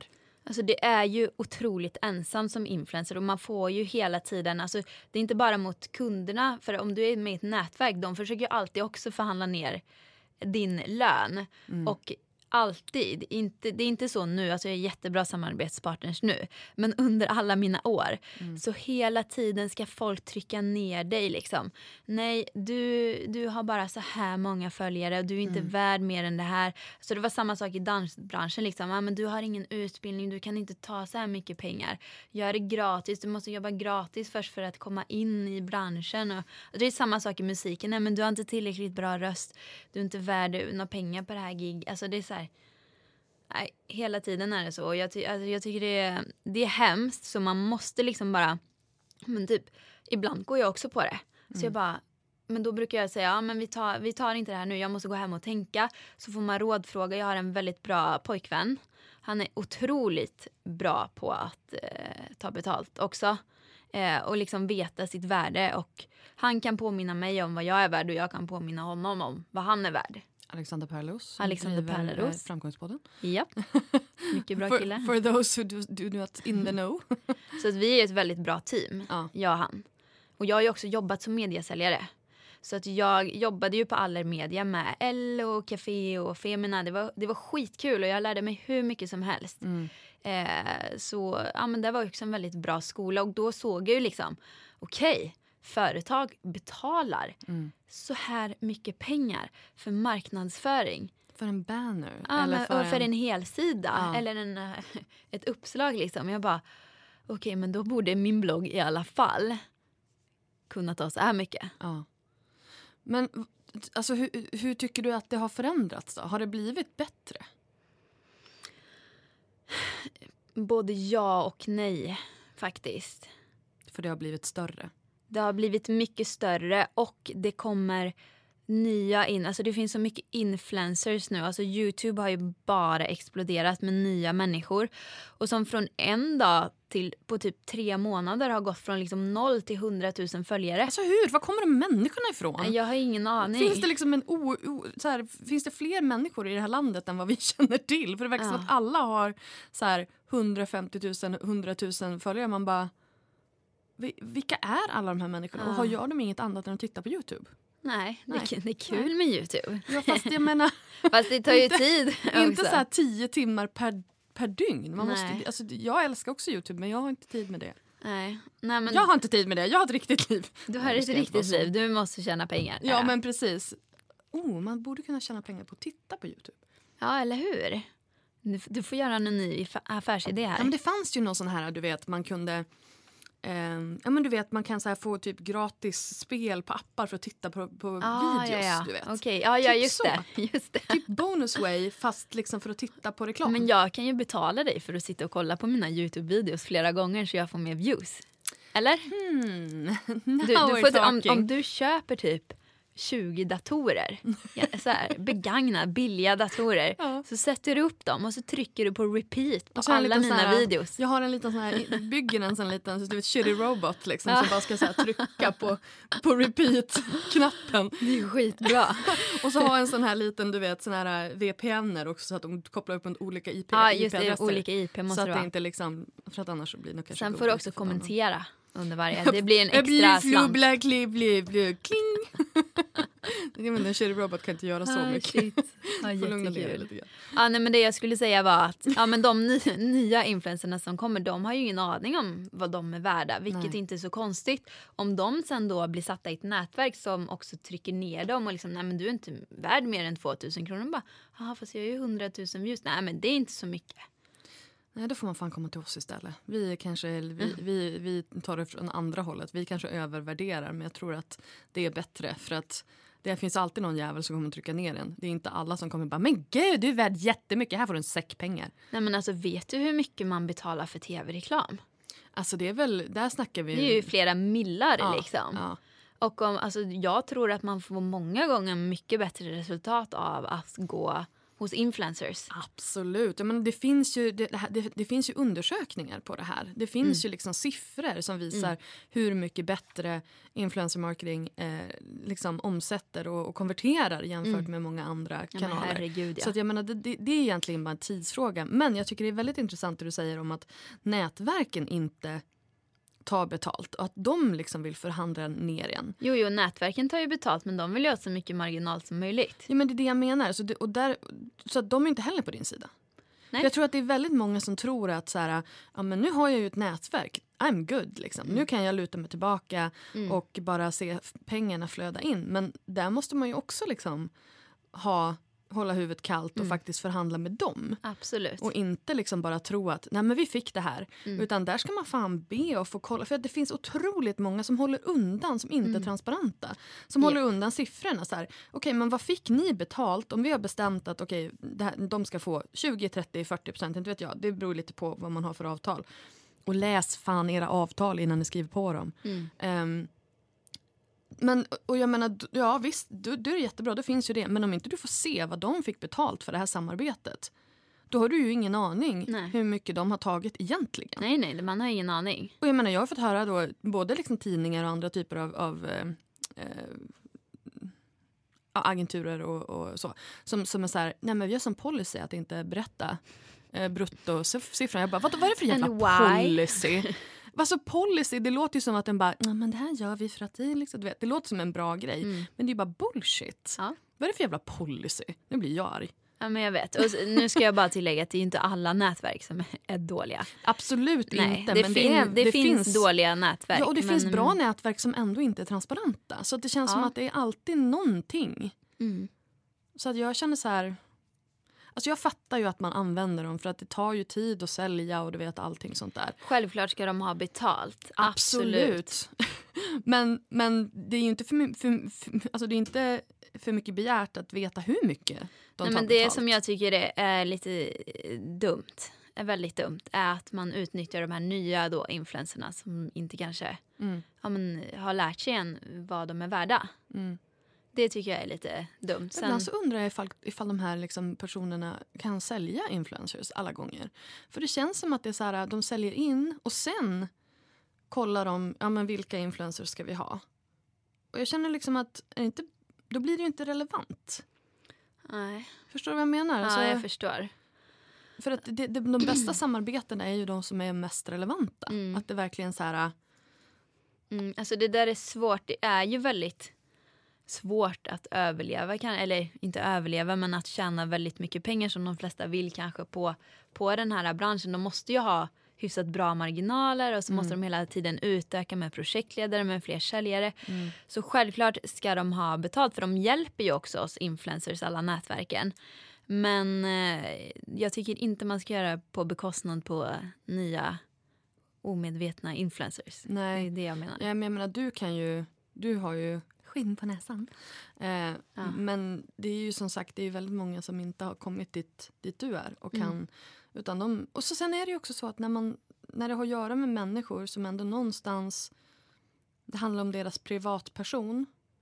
Speaker 6: Alltså det är ju otroligt ensam som influencer och man får ju hela tiden, alltså det är inte bara mot kunderna, för om du är med i ett nätverk, de försöker ju alltid också förhandla ner din lön mm. och alltid, inte, det är inte så nu, alltså jag är jättebra samarbetspartners nu, men under alla mina år mm. så hela tiden ska folk trycka ner dig liksom. Nej, du, du har bara så här många följare och du är inte mm. värd mer än det här. Så det var samma sak i dansbranschen liksom. Ja, men du har ingen utbildning, du kan inte ta så här mycket pengar. Gör det gratis, du måste jobba gratis först för att komma in i branschen. Och, och det är samma sak i musiken. Nej, men du har inte tillräckligt bra röst, du är inte värd några pengar på det här gig. Alltså det är så här. Nej, hela tiden är det så. Jag, ty- alltså jag tycker det är, det är hemskt. Så man måste liksom bara... Men typ, ibland går jag också på det. Så mm. jag bara... Men då brukar jag säga, ja men vi tar, vi tar inte det här nu. Jag måste gå hem och tänka. Så får man rådfråga. Jag har en väldigt bra pojkvän. Han är otroligt bra på att eh, ta betalt också. Eh, och liksom veta sitt värde. Och han kan påminna mig om vad jag är värd. Och jag kan påminna honom om vad han är värd.
Speaker 5: Alexander Perlos.
Speaker 6: Alexander Perlos.
Speaker 5: Framgångspodden.
Speaker 6: Ja, mycket bra kille.
Speaker 5: For, for those who do, do not in the know.
Speaker 6: Så att vi är ett väldigt bra team, ja. jag och han. Och jag har ju också jobbat som mediasäljare. Så att jag jobbade ju på Aller Media med L och Café och Femina. Det var, det var skitkul och jag lärde mig hur mycket som helst. Mm. Eh, så ja, men det var också en väldigt bra skola. Och då såg jag ju liksom, okej. Okay, företag betalar mm. så här mycket pengar för marknadsföring.
Speaker 5: För en banner?
Speaker 6: Ja,
Speaker 5: eller
Speaker 6: men,
Speaker 5: för,
Speaker 6: för
Speaker 5: en...
Speaker 6: en helsida. Ja. Eller en, ett uppslag liksom. Jag bara, okej okay, men då borde min blogg i alla fall kunna ta så här mycket.
Speaker 5: Ja. Men alltså, hur, hur tycker du att det har förändrats då? Har det blivit bättre?
Speaker 6: Både ja och nej faktiskt.
Speaker 5: För det har blivit större?
Speaker 6: Det har blivit mycket större och det kommer nya in. Alltså det finns så mycket influencers nu. Alltså YouTube har ju bara exploderat med nya människor. Och som från en dag till på typ tre månader har gått från liksom noll till hundratusen följare.
Speaker 5: Alltså hur? Var kommer de människorna ifrån?
Speaker 6: Jag har ingen aning.
Speaker 5: Finns det liksom en o, o, så här, finns det fler människor i det här landet än vad vi känner till? För det verkar ja. som att alla har så här hundrafemtiotusen, hundratusen följare. Man bara... Vilka är alla de här människorna? Ja. Och har gör de inget annat än att titta på YouTube?
Speaker 6: Nej, Nej. Det, det är kul Nej. med YouTube.
Speaker 5: Ja, fast jag menar...
Speaker 6: fast det tar ju
Speaker 5: inte,
Speaker 6: tid också.
Speaker 5: Inte så här tio timmar per, per dygn. Man måste, alltså, jag älskar också YouTube, men jag har inte tid med det.
Speaker 6: Nej. Nej, men...
Speaker 5: Jag har inte tid med det. Jag har ett riktigt liv.
Speaker 6: Du har ett riktigt liv. Du måste tjäna pengar.
Speaker 5: Ja, ja, men precis. Oh, man borde kunna tjäna pengar på att titta på YouTube.
Speaker 6: Ja, eller hur? Du, du får göra en ny affärsidé här.
Speaker 5: Ja, men det fanns ju någon sån här, du vet, man kunde... Um, ja men du vet man kan så här få typ gratis spel på appar för att titta på, på
Speaker 6: ah,
Speaker 5: videos
Speaker 6: ja, ja.
Speaker 5: du vet.
Speaker 6: Okej, okay. ja, ja
Speaker 5: typ
Speaker 6: just, det. just det.
Speaker 5: Typ bonusway fast liksom för att titta på reklam.
Speaker 6: Men jag kan ju betala dig för att sitta och kolla på mina YouTube-videos flera gånger så jag får mer views. Eller?
Speaker 5: Hmm.
Speaker 6: Du, du får, om, om du köper typ tjugo datorer, ja, så här, begagna billiga datorer, ja. Så sätter du upp dem och så trycker du på repeat på alla mina här, videos.
Speaker 5: Jag har en liten sån här, bygger en sån liten så du vet, shitty robot liksom, ja. Som bara ska så här, trycka på, på repeat-knappen.
Speaker 6: Det är skitbra.
Speaker 5: Och så har en sån här liten, du vet, sån här V P N-er också så att de kopplar upp en olika I P,
Speaker 6: ja, just
Speaker 5: I P-adresser.
Speaker 6: Det, olika I P måste
Speaker 5: så att
Speaker 6: det
Speaker 5: det
Speaker 6: vara.
Speaker 5: inte liksom, för att annars så blir det kanske...
Speaker 6: Sen får du också kommentera under varje. Det blir en extra slant.
Speaker 5: Bli, bli, bli, bli, kling. Men en shitty robot kan inte göra så
Speaker 6: ah,
Speaker 5: mycket.
Speaker 6: Ah,
Speaker 5: får lugna ner det lite grann.
Speaker 6: Ja, nej, men det jag skulle säga var att ja, men de ny, nya influencerna som kommer, de har ju ingen aning om vad de är värda. Vilket nej. Inte är så konstigt. Om de sen då blir satta i ett nätverk som också trycker ner dem och liksom, nej men du är inte värd mer än tvåtusen kronor. Bara, ja fast jag är ju hundratusen views. Nej men det är inte så mycket.
Speaker 5: Nej, då får man fan komma till oss istället. Vi kanske vi, vi, vi tar det från andra hållet. Vi kanske övervärderar, men jag tror att det är bättre för att det finns alltid någon jävel som kommer trycka ner en. Det är inte alla som kommer bara, men gud, du är värd jättemycket, här får du en säck pengar.
Speaker 6: Nej men alltså, vet du hur mycket man betalar för tv-reklam?
Speaker 5: Alltså det är väl, där snackar vi...
Speaker 6: Det är ju flera millar
Speaker 5: ja,
Speaker 6: liksom.
Speaker 5: Ja.
Speaker 6: Och om, alltså, jag tror att man får många gånger mycket bättre resultat av att gå hos influencers.
Speaker 5: Absolut. Ja, men det, finns ju, det, det, det finns ju undersökningar på det här. Det finns
Speaker 6: Mm.
Speaker 5: ju liksom siffror som visar
Speaker 6: Mm.
Speaker 5: hur mycket bättre influencer marketing eh, liksom omsätter och, och konverterar jämfört
Speaker 6: Mm.
Speaker 5: med många andra
Speaker 6: Ja, men
Speaker 5: kanaler.
Speaker 6: herregud, ja.
Speaker 5: Så att jag menar, det, det, det är egentligen bara en tidsfråga. Men jag tycker det är väldigt intressant det du säger om att nätverken inte tar betalt och att de liksom vill förhandla ner igen.
Speaker 6: Jo, jo, nätverken tar ju betalt, men de vill ju ha så mycket marginal som möjligt.
Speaker 5: Ja, men det är det jag menar. Så, det, och där, så att de är inte heller på din sida.
Speaker 6: Nej.
Speaker 5: För jag tror att det är väldigt många som tror att så här, ja, men nu har jag ju ett nätverk. I'm good. Liksom.
Speaker 6: Mm.
Speaker 5: Nu kan jag luta mig tillbaka
Speaker 6: Mm.
Speaker 5: och bara se pengarna flöda in. Men där måste man ju också liksom ha, hålla huvudet kallt och
Speaker 6: Mm.
Speaker 5: faktiskt förhandla med dem.
Speaker 6: Absolut.
Speaker 5: Och inte liksom bara tro att nej men vi fick det här.
Speaker 6: Mm.
Speaker 5: Utan där ska man fan be och få kolla. För att det finns otroligt många som håller undan, som inte
Speaker 6: Mm.
Speaker 5: är transparenta. Som
Speaker 6: Ja.
Speaker 5: håller undan siffrorna. Så här, okej, men vad fick ni betalt om vi har bestämt att okej, det här, de ska få tjugo, trettio, fyrtio procent. Inte vet jag. Det beror lite på vad man har för avtal. Och läs fan era avtal innan ni skriver på dem.
Speaker 6: Mm.
Speaker 5: Ehm, men, och jag menar, d- ja visst, då, då är det jättebra, då finns ju det. Men om inte du får se vad de fick betalt för det här samarbetet, då har du ju ingen aning
Speaker 6: Nej.
Speaker 5: hur mycket de har tagit egentligen.
Speaker 6: Nej, nej, man har ingen aning.
Speaker 5: Och jag menar, jag har fått höra då, både liksom tidningar och andra typer av, av eh, eh, agenturer och, och så, som, som är så här, nej men vi har som policy att inte berätta eh, bruttosiffran. Jag bara, vad, vad är det för jävla
Speaker 6: And why?
Speaker 5: policy? Alltså policy, det låter ju som att den bara, ja men det här gör vi för att det liksom, du vet, det låter som en bra grej.
Speaker 6: Mm.
Speaker 5: Men det är ju bara bullshit.
Speaker 6: Ja.
Speaker 5: Vad är det för jävla policy? Nu blir jag arg.
Speaker 6: Ja, men jag vet. Och s- nu ska jag bara tillägga att det är ju inte alla nätverk som är dåliga.
Speaker 5: Absolut
Speaker 6: Nej,
Speaker 5: inte.
Speaker 6: det,
Speaker 5: men
Speaker 6: fin-
Speaker 5: det, är,
Speaker 6: det, finns, dåliga nätverk.
Speaker 5: Ja, och det
Speaker 6: men,
Speaker 5: finns bra nätverk som ändå inte är transparenta. Så att det känns
Speaker 6: Ja.
Speaker 5: som att det är alltid någonting.
Speaker 6: Mm.
Speaker 5: Så att jag känner så här... Alltså jag fattar ju att man använder dem för att det tar ju tid att sälja och du vet allting sånt där.
Speaker 6: Självklart ska de ha betalt.
Speaker 5: Absolut. men, men det är ju inte för, my- för, för, alltså det är inte för mycket begärt att veta hur mycket de
Speaker 6: Nej,
Speaker 5: tar
Speaker 6: men det
Speaker 5: betalt.
Speaker 6: som jag tycker är, är lite eh, dumt, är väldigt dumt, är att man utnyttjar de här nya då influencerna som inte kanske
Speaker 5: Mm,
Speaker 6: ja, men, har lärt sig än vad de är värda.
Speaker 5: mm.
Speaker 6: Det tycker jag är lite dumt. Sen,
Speaker 5: Ibland så undrar jag ifall, ifall de här liksom personerna kan sälja influencers alla gånger. För det känns som att det är så här, de säljer in och sen kollar de, ja men vilka influencers ska vi ha? Och jag känner liksom att, är det inte, då blir det ju inte relevant.
Speaker 6: nej.
Speaker 5: Förstår du vad jag menar?
Speaker 6: Ja,
Speaker 5: Alltså,
Speaker 6: jag förstår.
Speaker 5: för att det, det, de bästa samarbetena är ju de som är mest relevanta.
Speaker 6: Mm.
Speaker 5: Att det verkligen så här,
Speaker 6: Mm, alltså det där är svårt. Det är ju väldigt svårt att överleva. Kan, eller inte överleva, men att tjäna väldigt mycket pengar som de flesta vill kanske på, på den här branschen. De måste ju ha hyfsat bra marginaler och så måste de hela tiden utöka med projektledare, med fler säljare.
Speaker 5: mm.
Speaker 6: Så självklart ska de ha betalt, för de hjälper ju också oss influencers, alla nätverken. Men eh, jag tycker inte man ska göra på bekostnad på nya omedvetna influencers.
Speaker 5: Nej.
Speaker 6: Det är det jag menar.
Speaker 5: Ja, men jag menar, du kan ju, du har ju skinn på näsan. Eh,
Speaker 6: Ja.
Speaker 5: Men det är ju som sagt, det är ju väldigt många som inte har kommit dit, dit du är. Och, kan,
Speaker 6: Mm.
Speaker 5: utan de, och så sen är det ju också så att när, man, när det har att göra med människor som ändå någonstans, det handlar om deras privatperson.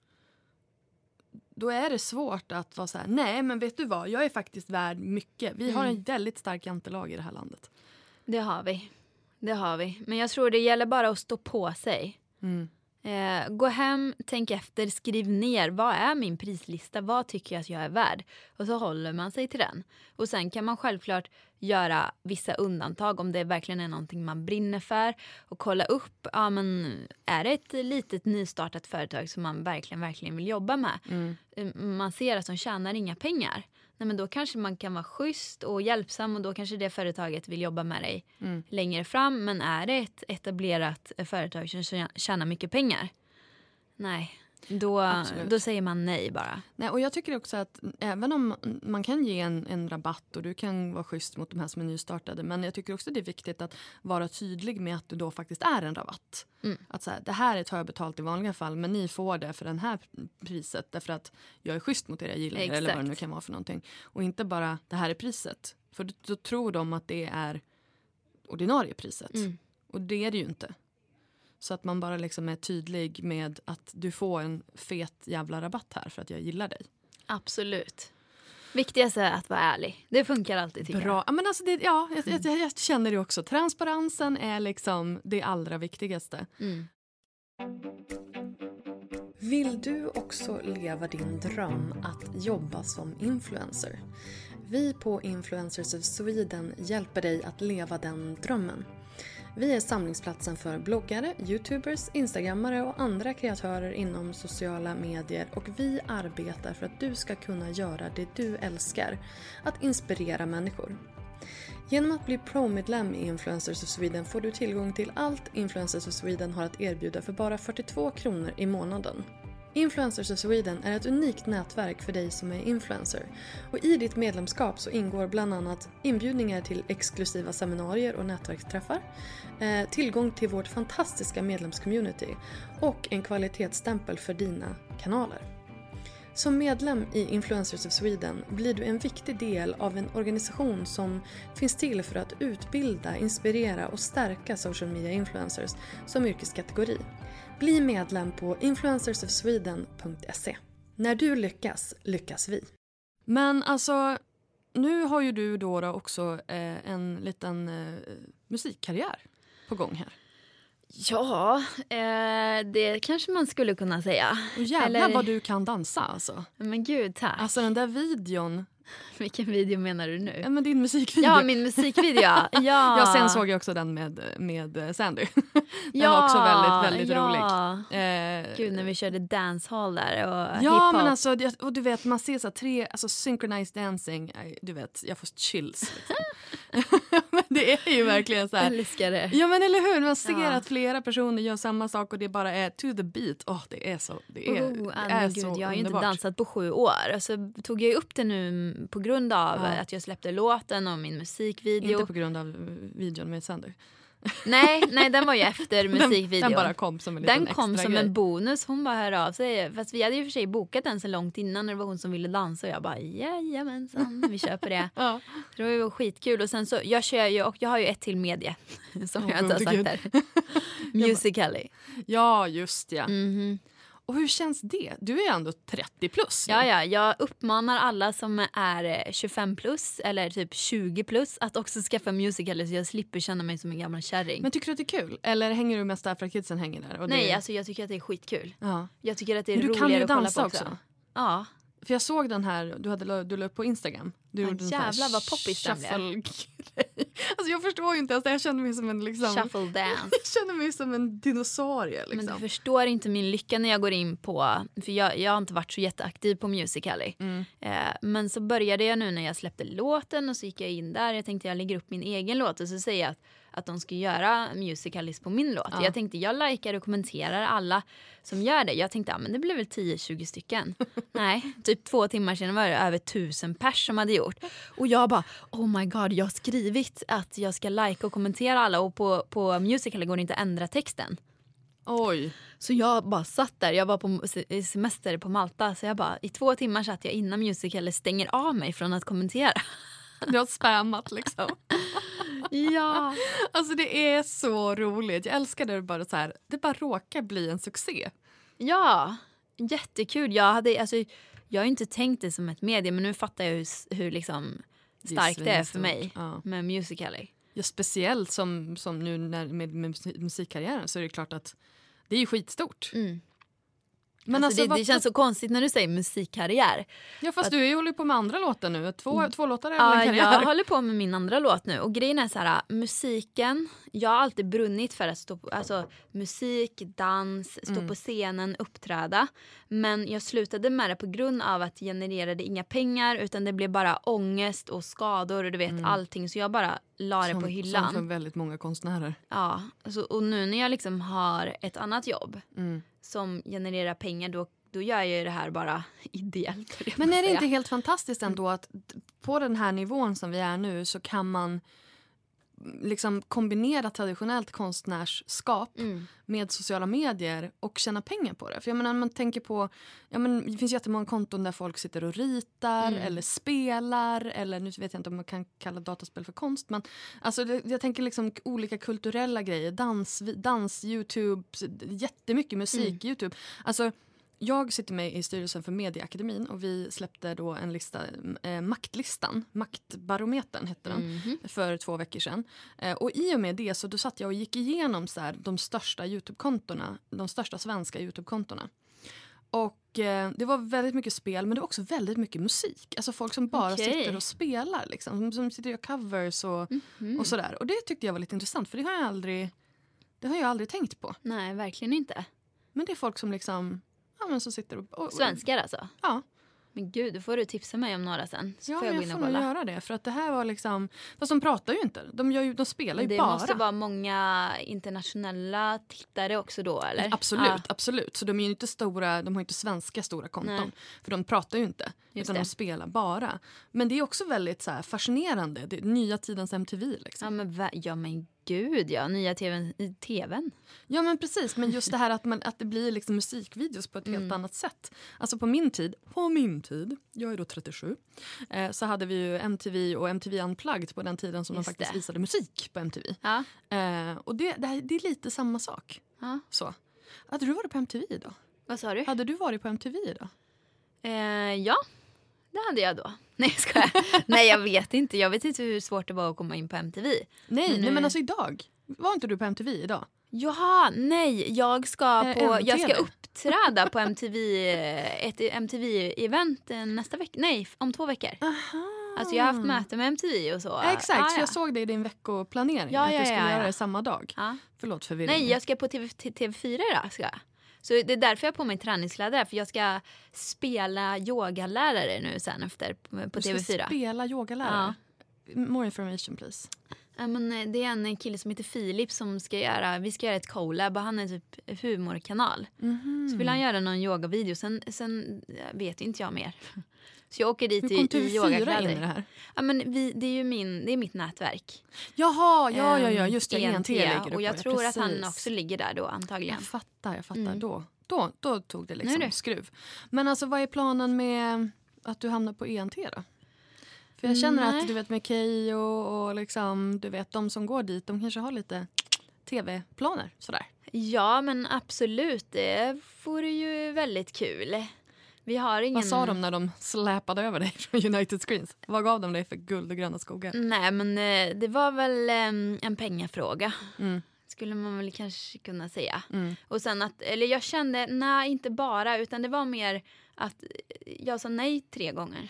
Speaker 5: Då är det svårt att vara så här, nej men vet du vad, jag är faktiskt värd mycket. Vi har
Speaker 6: Mm.
Speaker 5: en väldigt stark jantelag i det här landet.
Speaker 6: Det har vi. Det har vi. Men jag tror det gäller bara att stå på sig.
Speaker 5: Mm.
Speaker 6: Eh, gå hem, tänk efter, skriv ner. Vad är min prislista? Vad tycker jag att jag är värd? Och så håller man sig till den. Och sen kan man självklart göra vissa undantag om det verkligen är någonting man brinner för. Och kolla upp, ja men är det ett litet nystartat företag som man verkligen, verkligen vill jobba med?
Speaker 5: Mm.
Speaker 6: Eh, Man ser att de tjänar inga pengar. Nej, men då kanske man kan vara schysst och hjälpsam och då kanske det företaget vill jobba med dig
Speaker 5: Mm.
Speaker 6: längre fram. Men är det ett etablerat företag som tjänar mycket pengar? Nej, då,
Speaker 5: Absolut.
Speaker 6: då säger man nej bara.
Speaker 5: Nej, och jag tycker också att även om man kan ge en, en rabatt och du kan vara schysst mot de här som är nystartade, men jag tycker också det är viktigt att vara tydlig med att du då faktiskt är en rabatt.
Speaker 6: Mm.
Speaker 5: Att så här, det här tar jag betalt i vanliga fall, men ni får det för den här priset därför att jag är schysst mot er, jag gillar er, eller vad det nu
Speaker 6: Exakt.
Speaker 5: kan vara för någonting. Och inte bara det här är priset. För då, då tror de att det är ordinarie priset.
Speaker 6: Mm.
Speaker 5: Och det är det ju inte. Så att man bara liksom är tydlig med att du får en fet jävla rabatt här för att jag gillar dig.
Speaker 6: Absolut. Viktigast är att vara ärlig. Det funkar alltid tycker
Speaker 5: Bra.
Speaker 6: jag.
Speaker 5: Ja, men alltså det, ja, jag, jag, jag känner det också. Transparensen är liksom det allra viktigaste.
Speaker 6: Mm.
Speaker 5: Vill du också leva din dröm att jobba som influencer? Vi på Influencers of Sweden hjälper dig att leva den drömmen. Vi är samlingsplatsen för bloggare, youtubers, instagrammare och andra kreatörer inom sociala medier och vi arbetar för att du ska kunna göra det du älskar, att inspirera människor. Genom att bli pro-medlem i Influencers of Sweden får du tillgång till allt Influencers of Sweden har att erbjuda för bara fyrtiotvå kronor i månaden. Influencers of Sweden är ett unikt nätverk för dig som är influencer. Och i ditt medlemskap så ingår bland annat inbjudningar till exklusiva seminarier och nätverksträffar, eh, tillgång till vårt fantastiska medlemscommunity och en kvalitetsstämpel för dina kanaler. Som medlem i Influencers of Sweden blir du en viktig del av en organisation som finns till för att utbilda, inspirera och stärka social media influencers som yrkeskategori. Bli medlem på influencers of sweden punkt se. När du lyckas, lyckas vi. Men alltså, nu har ju du då, då också eh, en liten eh, musikkarriär på gång här.
Speaker 6: Ja, eh, det kanske man skulle kunna säga.
Speaker 5: Och jävlar
Speaker 6: Eller...
Speaker 5: vad du kan dansa alltså.
Speaker 6: Men gud, tack.
Speaker 5: Alltså den där videon.
Speaker 6: Vilken video menar du nu?
Speaker 5: Ja, men din musikvideo.
Speaker 6: Ja, min musikvideo. Ja.
Speaker 5: Ja, sen såg jag också den med, med Sandy. Den ja, var också väldigt, väldigt
Speaker 6: ja.
Speaker 5: rolig. Eh,
Speaker 6: Gud, när vi körde dancehall där och
Speaker 5: ja,
Speaker 6: hiphop.
Speaker 5: men alltså, och du vet, man ser så tre, alltså synchronized dancing, du vet, jag får chills. Liksom. Men det är ju verkligen så här.
Speaker 6: Älskar det.
Speaker 5: Ja, men eller hur? Man ser
Speaker 6: ja.
Speaker 5: att flera personer gör samma sak och det bara är to the beat. Åh, oh, det är så, det är,
Speaker 6: oh,
Speaker 5: det är
Speaker 6: gud,
Speaker 5: så
Speaker 6: jag har ju
Speaker 5: underbart.
Speaker 6: inte dansat på sju år. Och så tog jag upp det nu på grund av ja. att jag släppte låten och min musikvideo.
Speaker 5: Inte på grund av videon med Sander.
Speaker 6: Nej, nej, den var ju efter musikvideon.
Speaker 5: Den, den bara kom som en liten
Speaker 6: Den
Speaker 5: extra
Speaker 6: kom som
Speaker 5: grej.
Speaker 6: en bonus. Hon bara hör av sig. Fast vi hade ju för sig bokat den så långt innan när det var hon som ville dansa. Och jag bara, jajamensan, vi köper det. Ja. Så det var ju skitkul. Och sen så, jag kör ju, och jag har ju ett till medie. Som oh, jag inte har sagt
Speaker 5: Gud.
Speaker 6: här. Musical.ly.
Speaker 5: Ja, just ja.
Speaker 6: Mm-hmm.
Speaker 5: Och hur känns det? Du är ändå trettio plus.
Speaker 6: Ja, ja, jag uppmanar alla som är tjugofem plus eller typ tjugo plus att också skaffa Musical.ly så jag slipper känna mig som en gammal kärring.
Speaker 5: Men tycker du att det är kul? Eller hänger du mest där för att kidsen hänger där? Och
Speaker 6: Nej,
Speaker 5: det...
Speaker 6: alltså jag tycker att det är skitkul.
Speaker 5: Ja.
Speaker 6: Jag tycker att det är
Speaker 5: Men du
Speaker 6: roligare att
Speaker 5: kan ju
Speaker 6: kolla på
Speaker 5: dansa
Speaker 6: också.
Speaker 5: också.
Speaker 6: Ja.
Speaker 5: För jag såg den här, du hade du la upp på Instagram. Du
Speaker 6: ja,
Speaker 5: gjorde
Speaker 6: jävlar vad poppis den blev.
Speaker 5: Alltså jag förstår ju inte ens, jag känner mig som en liksom...
Speaker 6: Shuffle dance.
Speaker 5: Jag känner mig som en dinosaurie liksom.
Speaker 6: Men du förstår inte min lycka när jag går in på, för jag, jag har inte varit så jätteaktiv på Musical.ly. Mm. Eh, men så började jag nu när jag släppte låten och så gick jag in där. Jag tänkte jag lägger upp min egen låt och så säger jag att att de ska göra Musical.ly på min låt. Ja. Jag tänkte, jag likar och kommenterar alla som gör det. Jag tänkte, ja men det blir väl tio tjugo stycken. Nej, typ två timmar sedan var det över tusen pers som hade gjort. Och jag bara, oh my god, jag har skrivit att jag ska like och kommentera alla och på, på Musical.ly går det inte att ändra texten.
Speaker 5: Oj.
Speaker 6: Så jag bara satt där, jag var på semester på Malta, så jag bara, i två timmar satt jag innan Musical.ly stänger av mig från att kommentera.
Speaker 5: Du har spammat liksom.
Speaker 6: Ja.
Speaker 5: Alltså det är så roligt. Jag älskar det bara så här. Det bara råkar bli en succé.
Speaker 6: Ja, jättekul. Jag hade, alltså, jag har inte tänkt det som ett medie, men nu fattar jag hur, hur liksom starkt det är för mig ja. med Musical.ly.
Speaker 5: Ja, speciellt som, som nu när, med, med musikkarriären så är det klart att det är ju skitstort. Mm.
Speaker 6: Men alltså, alltså, det, vad, det känns så konstigt när du säger musikkarriär.
Speaker 5: Ja, fast att, du håller på med andra låtar nu. Två, mm. två låtar är
Speaker 6: ja,
Speaker 5: en karriär.
Speaker 6: Jag håller på med min andra låt nu. Och grejen är så här, musiken. Jag har alltid brunnit för att stå på, alltså musik, dans, stå mm. på scenen, uppträda. Men jag slutade med det på grund av att det genererade inga pengar. Utan det blev bara ångest och skador och du vet mm. allting. Så jag bara la det
Speaker 5: som,
Speaker 6: på hyllan.
Speaker 5: Som för väldigt många konstnärer.
Speaker 6: Ja, alltså, och nu när jag liksom har ett annat jobb.
Speaker 5: Mm. Som
Speaker 6: genererar pengar, då, då gör jag ju det här bara ideellt.
Speaker 5: Men är det inte helt fantastiskt ändå att på den här nivån som vi är nu så kan man liksom kombinera traditionellt konstnärskap mm. med sociala medier och tjäna pengar på det. För jag menar, man tänker på, ja men det finns jättemånga konton där folk sitter och ritar mm. eller spelar eller nu vet jag inte om man kan kalla dataspel för konst, men alltså det, jag tänker liksom olika kulturella grejer, dans, dans, YouTube, jättemycket musik, mm. YouTube. Alltså jag sitter med i styrelsen för Medieakademin och vi släppte då en lista, eh, Maktlistan, Maktbarometern hette den, mm-hmm. för två veckor sedan. Eh, och i och med det så då satt jag och gick igenom så här, de största YouTube-kontorna, de största svenska YouTube-kontorna. Och eh, det var väldigt mycket spel, men det var också väldigt mycket musik. Alltså folk som bara okay. sitter och spelar liksom, som, som sitter och gör covers och, mm-hmm. och sådär. Och det tyckte jag var lite intressant, för det har jag aldrig, det har jag aldrig tänkt på.
Speaker 6: Nej, verkligen inte.
Speaker 5: Men det är folk som liksom, ja men så sitter och... och
Speaker 6: svenskar alltså?
Speaker 5: Ja.
Speaker 6: Men gud, då får du tipsa mig om några sen. Så
Speaker 5: ja,
Speaker 6: får jag,
Speaker 5: jag får nog göra det. För att det här var liksom... Fast de pratar ju inte. De, gör ju, de spelar ju
Speaker 6: det
Speaker 5: bara.
Speaker 6: Det måste vara många internationella tittare också då, eller?
Speaker 5: Absolut,
Speaker 6: ja.
Speaker 5: absolut. Så de är ju inte stora... De har ju inte svenska stora konton. Nej. För de pratar ju inte. Just utan det. De spelar bara. Men det är också väldigt så här, fascinerande. Det är nya tidens M T V liksom.
Speaker 6: Ja, men, ja, men gud, ja. Nya tvn, i tvn.
Speaker 5: Ja, men precis. Men just det här att, man, att det blir liksom musikvideos på ett mm. helt annat sätt. Alltså på min tid, på min tid, jag är då trettiosju, eh, så hade vi ju M T V och M T V Unplugged på den tiden som just de faktiskt det. visade musik på M T V. Ja. Eh, och det, det, det är lite samma sak. Ja. Så. Hade du varit på M T V idag?
Speaker 6: Vad sa du?
Speaker 5: Hade du varit på M T V idag?
Speaker 6: Eh, ja, det hade jag då. Nej, ska jag. Nej, jag vet inte. Jag vet inte hur svårt det var att komma in på M T V.
Speaker 5: Nej, men, nej, men alltså idag. Var inte du på M T V idag?
Speaker 6: Jaha, nej. Jag ska, på, jag ska uppträda på M T V, ett M T V-event nästa vecka. Nej, om två veckor. Aha. Alltså jag har haft möte med M T V och så.
Speaker 5: Ja, exakt, ah, ja. Jag såg det i din veckoplanering. Ja, att ja, du skulle ja, ja. göra det samma dag. Ja. Förlåt förvirring.
Speaker 6: Nej, jag ska på T V, T V fyra idag. Ska jag. Så det är därför jag har på mig träningskläder. För jag ska spela yogalärare nu sen efter på T V fyra.
Speaker 5: Du ska spela yogalärare? Ja. More information please.
Speaker 6: Ja, men det är en kille som heter Filip som ska göra, vi ska göra ett collab och han är typ humorkanal. Mm-hmm. Så vill han göra någon yogavideo, sen, sen vet inte jag mer. Så jag åker dit i, i yogakläder. In i det här? Ja, men vi, det är ju min, det är mitt nätverk.
Speaker 5: Jaha, ja, ja, ja, just det.
Speaker 6: E N T,
Speaker 5: E N T
Speaker 6: och jag
Speaker 5: det,
Speaker 6: tror
Speaker 5: precis.
Speaker 6: att han också ligger där då antagligen.
Speaker 5: Jag fattar, jag fattar. Mm. Då, då, då tog det liksom skruv. Men alltså vad är planen med att du hamnar på E N T då? För jag känner Nej. att du vet med Key och, och liksom, du vet de som går dit, de kanske har lite tv-planer sådär.
Speaker 6: Ja, men absolut. Det vore ju väldigt kul. Vi har ingen...
Speaker 5: Vad sa de när de släpade över dig från United Screens? Vad gav de dig för guld och gröna skogar?
Speaker 6: Nej, men det var väl en pengafråga. Mm. Skulle man väl kanske kunna säga. Mm. Och sen att, eller jag kände, nej inte bara, utan det var mer att jag sa nej tre gånger.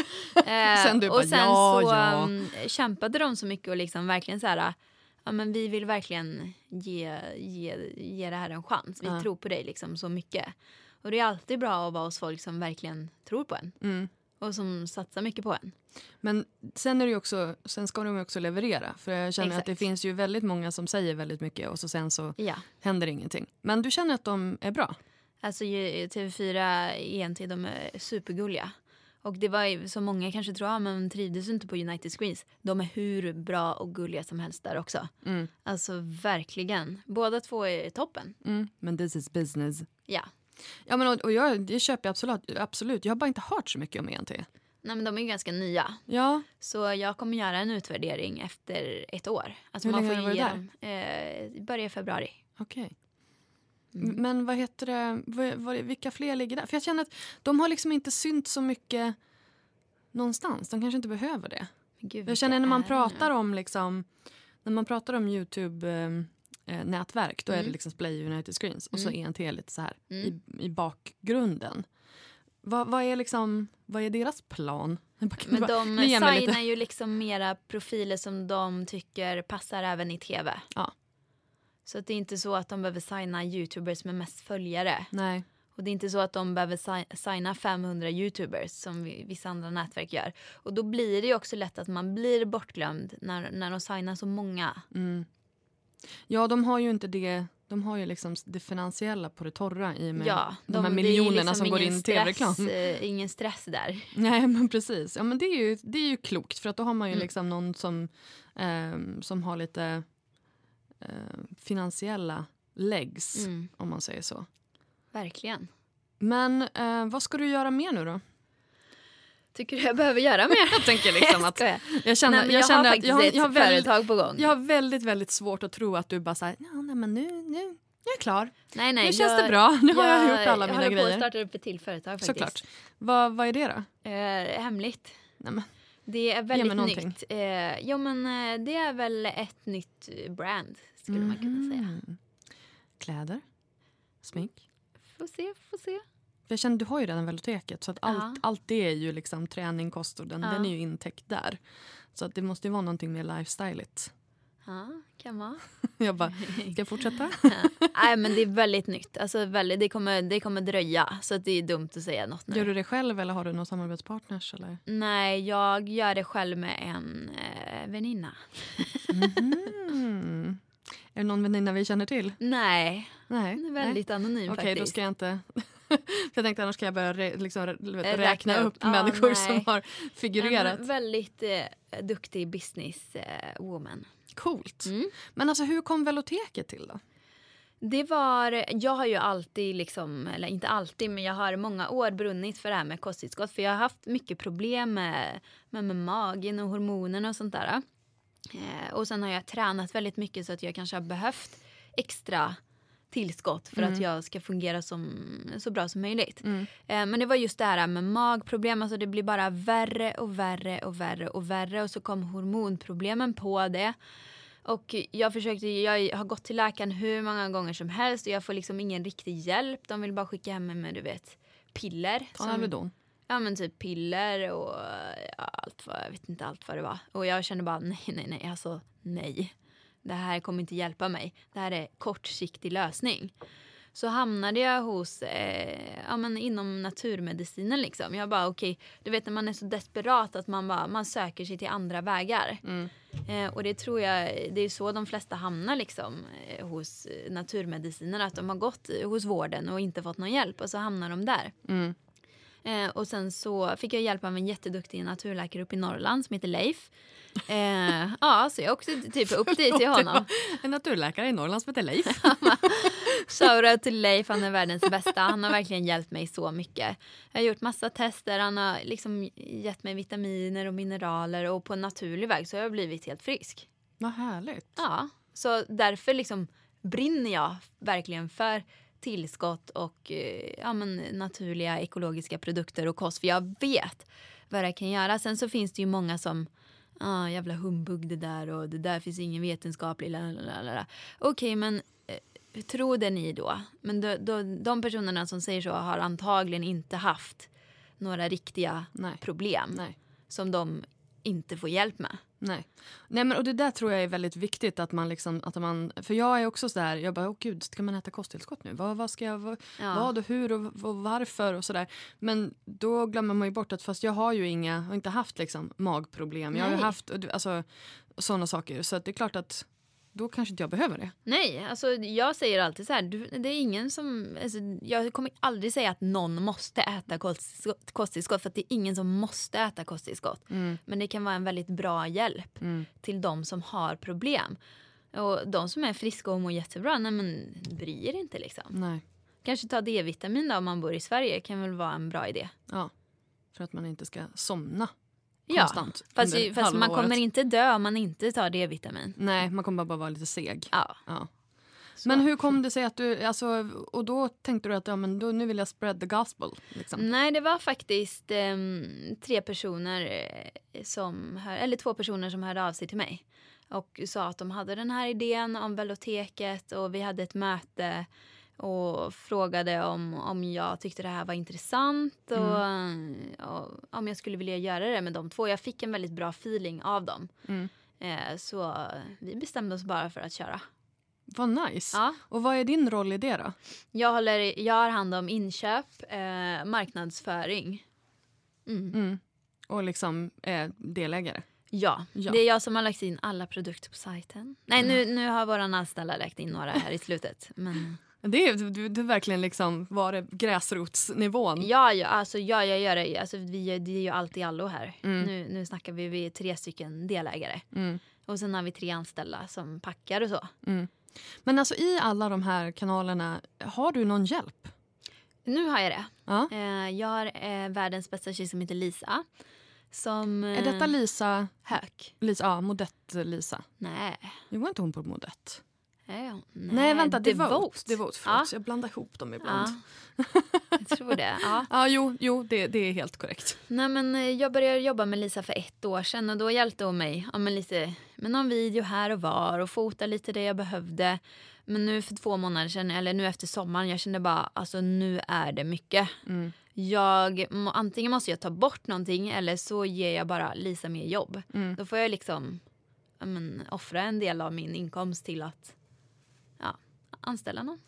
Speaker 6: eh,
Speaker 5: sen du bara,
Speaker 6: och sen
Speaker 5: ja,
Speaker 6: så
Speaker 5: ja.
Speaker 6: Um, kämpade de så mycket och liksom verkligen så här, ja men vi vill verkligen ge, ge, ge det här en chans. Vi ja. tror på dig liksom så mycket. Och det är alltid bra att vara hos folk som verkligen tror på en. Mm. Och som satsar mycket på en.
Speaker 5: Men sen är det ju också, sen ska de ju också leverera. För jag känner Exakt. att det finns ju väldigt många som säger väldigt mycket och så sen så ja. händer ingenting. Men du känner att de är bra?
Speaker 6: Alltså T V fyra E N T, de är supergulliga. Och det var ju, som många kanske tror, ja, men trivdes inte på United Screens. De är hur bra och gulliga som helst där också. Mm. Alltså verkligen. Båda två är toppen.
Speaker 5: Mm. Men this is business.
Speaker 6: Ja.
Speaker 5: Ja, men och, och jag det köper jag absolut, absolut. Jag har bara inte hört så mycket om E N T.
Speaker 6: Nej, men de är ju ganska nya.
Speaker 5: Ja.
Speaker 6: Så jag kommer göra en utvärdering efter ett år. Alltså
Speaker 5: Hur
Speaker 6: man
Speaker 5: länge
Speaker 6: får
Speaker 5: har du varit
Speaker 6: dem, eh, börja i februari.
Speaker 5: Okej. Okay. Mm. Men vad heter det, vad, vad, vilka fler ligger där? För jag känner att de har liksom inte synt så mycket någonstans. De kanske inte behöver det. Gud, jag känner när man pratar om liksom, när man pratar om YouTube eh, nätverk, då mm. är det liksom Splay United Screens och mm. så E N T lite så här mm. i, i bakgrunden. Vad, vad är liksom, vad är deras plan?
Speaker 6: Men de signar ju liksom mera profiler som de tycker passar även i tv.
Speaker 5: Ja.
Speaker 6: Så att det är inte så att de behöver signa YouTubers med mest följare.
Speaker 5: Nej.
Speaker 6: Och det är inte så att de behöver si- signa femhundra YouTubers som vissa andra nätverk gör. Och då blir det ju också lätt att man blir bortglömd när, när de signar så många.
Speaker 5: Mm. Ja, de har ju inte det. De har ju liksom det finansiella på det torra i med
Speaker 6: ja,
Speaker 5: de, de här miljonerna liksom som går in i
Speaker 6: stress,
Speaker 5: tv-reklam.
Speaker 6: Eh, ingen stress där.
Speaker 5: Nej, men precis. Ja, men det är ju, det är ju klokt. För att då har man ju mm. liksom någon som, eh, som har lite eh, finansiella legs, mm. om man säger så.
Speaker 6: Verkligen.
Speaker 5: Men eh, vad ska du göra mer nu då?
Speaker 6: Tycker du jag behöver göra mer?
Speaker 5: Jag tänker liksom att jag känner,
Speaker 6: nej,
Speaker 5: jag,
Speaker 6: jag
Speaker 5: känner
Speaker 6: har
Speaker 5: att jag har,
Speaker 6: ett
Speaker 5: jag har väldigt,
Speaker 6: företag på gång.
Speaker 5: Jag har väldigt, väldigt svårt att tro att du bara säger, ja, nej men nu, nu, Jag är klar.
Speaker 6: Nej, nej.
Speaker 5: Nu känns
Speaker 6: jag,
Speaker 5: det bra. Nu har jag,
Speaker 6: jag
Speaker 5: gjort alla mina
Speaker 6: grejer. Jag håller
Speaker 5: grejer.
Speaker 6: på att starta upp ett till företag faktiskt.
Speaker 5: Såklart. Vad, vad är det då?
Speaker 6: Eh, hemligt.
Speaker 5: Nej, men.
Speaker 6: Det är väldigt
Speaker 5: någonting.
Speaker 6: nytt. Eh, jo, men eh, det är väl ett nytt brand, skulle mm. man kunna säga.
Speaker 5: Kläder? Smink?
Speaker 6: Får se, får se.
Speaker 5: Jag känner, du har ju redan Veloteket, så att allt,
Speaker 6: Ja.
Speaker 5: allt det är ju liksom träning, kost och den,
Speaker 6: Ja.
Speaker 5: den är ju intäckt där. Så att det måste ju vara någonting mer lifestyleigt.
Speaker 6: Ja, kan vara.
Speaker 5: Jag bara, ska jag fortsätta?
Speaker 6: Ja. Nej, men det är väldigt nytt. Alltså, väldigt, det, kommer, det kommer dröja, så att det är dumt att säga något nu.
Speaker 5: Gör du det själv eller har du några samarbetspartners? Eller?
Speaker 6: Nej, jag gör det själv med en eh, väninna.
Speaker 5: Mm-hmm. Är det någon väninna vi känner till?
Speaker 6: Nej,
Speaker 5: Nej.
Speaker 6: det är väldigt
Speaker 5: Nej.
Speaker 6: anonym
Speaker 5: Okej,
Speaker 6: faktiskt.
Speaker 5: då ska jag inte... jag tänkte annars kan jag börja re, liksom, räkna,
Speaker 6: Räkna
Speaker 5: räkna upp
Speaker 6: upp. Ja,
Speaker 5: människor
Speaker 6: nej.
Speaker 5: som har figurerat.
Speaker 6: En väldigt eh, duktig business eh, woman.
Speaker 5: Coolt.
Speaker 6: Mm.
Speaker 5: Men alltså hur kom Veloteket till då?
Speaker 6: Det var, jag har ju alltid liksom, eller inte alltid, men jag har många år brunnit för det här med kosttillskott. För jag har haft mycket problem med, med, med magen och hormonerna och sånt där. Eh, och sen har jag tränat väldigt mycket så att jag kanske har behövt extra tillskott för mm. att jag ska fungera som, så bra som möjligt. Mm. Eh, men det var just det här med magproblem. Alltså det blir bara värre och värre och värre och värre. Och så kom hormonproblemen på det. Och jag försökte, jag har gått till läkaren hur många gånger som helst och jag får liksom ingen riktig hjälp. De vill bara skicka hem mig med, du vet, piller.
Speaker 5: Ta Alvedon.
Speaker 6: Ja, men typ piller och ja, allt vad, jag vet inte allt vad det var. Och jag kände bara nej, nej, nej, alltså nej. Det här kommer inte hjälpa mig. Det här är kortsiktig lösning. Så hamnade jag hos, eh, ja men inom naturmedicinen liksom. Jag bara okej, okay, du vet när man är så desperat att man bara, man söker sig till andra vägar. Mm. Eh, och det tror jag, det är så de flesta hamnar liksom eh, hos naturmedicinen. Att de har gått hos vården och inte fått någon hjälp och så hamnar de där. Mm. Eh, och sen så fick jag hjälp av en jätteduktig naturläkare uppe i Norrland som heter Leif. Eh, ja, så jag också typ upp dit till honom.
Speaker 5: En naturläkare i Norrland som heter Leif.
Speaker 6: Shoutout till Leif, han är världens bästa. Han har verkligen hjälpt mig så mycket. Jag har gjort massa tester, han har liksom gett mig vitaminer och mineraler och på en naturlig väg så har jag blivit helt frisk.
Speaker 5: Vad härligt.
Speaker 6: Ja, så därför liksom brinner jag verkligen för tillskott och ja, men, naturliga ekologiska produkter och kost. För jag vet vad det kan göra. Sen så finns det ju många som ah, jävla humbug det där och det där finns ingen vetenskaplig lalalala. Okej, men eh, tror det ni då? Men då, då, de personerna som säger så har antagligen inte haft några riktiga
Speaker 5: Nej.
Speaker 6: problem
Speaker 5: Nej.
Speaker 6: som de inte får hjälp med.
Speaker 5: Nej. Nej, men och det där tror jag är väldigt viktigt att man liksom, att man, för jag är också så där, jag bara, åh gud, ska man äta kosttillskott nu? Vad, vad ska jag, vad, ja. vad och hur och, och varför och sådär. Men då glömmer man ju bort att fast jag har ju inga, har inte haft liksom magproblem. Jag har ju haft, alltså sådana saker. Så att det är klart att då kanske inte jag behöver det.
Speaker 6: Nej, alltså jag säger alltid så här, du, det är ingen som, alltså, jag kommer aldrig säga att någon måste äta kosttillskott, kosttillskott för att det är ingen som måste äta kosttillskott. Mm. Men det kan vara en väldigt bra hjälp mm. till de som har problem. Och de som är friska och mår jättebra, nej men bryr inte liksom.
Speaker 5: Nej.
Speaker 6: Kanske ta D-vitamin då om man bor i Sverige kan väl vara en bra idé.
Speaker 5: Ja, för att man inte ska somna.
Speaker 6: Ja, fast, fast man kommer inte dö om man inte tar D-vitamin.
Speaker 5: Nej, man kommer bara vara lite seg.
Speaker 6: Ja.
Speaker 5: ja. Men hur kom det sig att du, alltså, och då tänkte du att ja, men då, nu vill jag spread the gospel? Liksom.
Speaker 6: Nej, det var faktiskt eh, tre personer som, hör, eller två personer som hörde av sig till mig. Och sa att de hade den här idén om Veloteket och vi hade ett möte och frågade om, om jag tyckte det här var intressant och, mm. och om jag skulle vilja göra det med de två. Jag fick en väldigt bra feeling av dem. Mm. Eh, så vi bestämde oss bara för att köra.
Speaker 5: Vad nice.
Speaker 6: Ja.
Speaker 5: Och vad är din roll i det då?
Speaker 6: Jag, håller, jag har hand om inköp, eh, marknadsföring. Mm.
Speaker 5: Mm. Och liksom är delägare.
Speaker 6: Ja, ja, det är jag som har lagt in alla produkter på sajten. Nej, nu, nu har våra anställda lagt in några här i slutet. Men...
Speaker 5: Det är du, du verkligen liksom var det gräsrotsnivån.
Speaker 6: Ja, ja, alltså ja, jag gör det. Alltså vi gör, det är ju allt i allo här. Mm. Nu, nu snackar vi, vi är tre stycken delägare. Mm. Och sen har vi tre anställda som packar och så. Mm.
Speaker 5: Men alltså i alla de här kanalerna, har du någon hjälp?
Speaker 6: Nu har jag det.
Speaker 5: Ja.
Speaker 6: Jag har världens bästa tjej som heter Lisa. Som,
Speaker 5: är detta Lisa
Speaker 6: Höök?
Speaker 5: Lisa, ja, Modett Lisa.
Speaker 6: Nej.
Speaker 5: Det var inte hon på Modett.
Speaker 6: Ja, nej,
Speaker 5: nej, vänta,
Speaker 6: Devote.
Speaker 5: Devote. Devote, förlåt.
Speaker 6: Ja.
Speaker 5: Jag blandar ihop dem ibland.
Speaker 6: Ja. Jag tror det, ja.
Speaker 5: Ja, jo, jo det, det är helt korrekt.
Speaker 6: Nej, men jag började jobba med Lisa för ett år sedan och då hjälpte hon mig ja, men lite med någon video här och var och fota lite det jag behövde. Men nu för två månader sedan, eller nu efter sommaren, jag kände bara, alltså nu är det mycket.
Speaker 5: Mm.
Speaker 6: Jag, antingen måste jag ta bort någonting eller så ger jag bara Lisa mer jobb.
Speaker 5: Mm.
Speaker 6: Då får jag liksom ja, men, offra en del av min inkomst till att ja, anställa någon.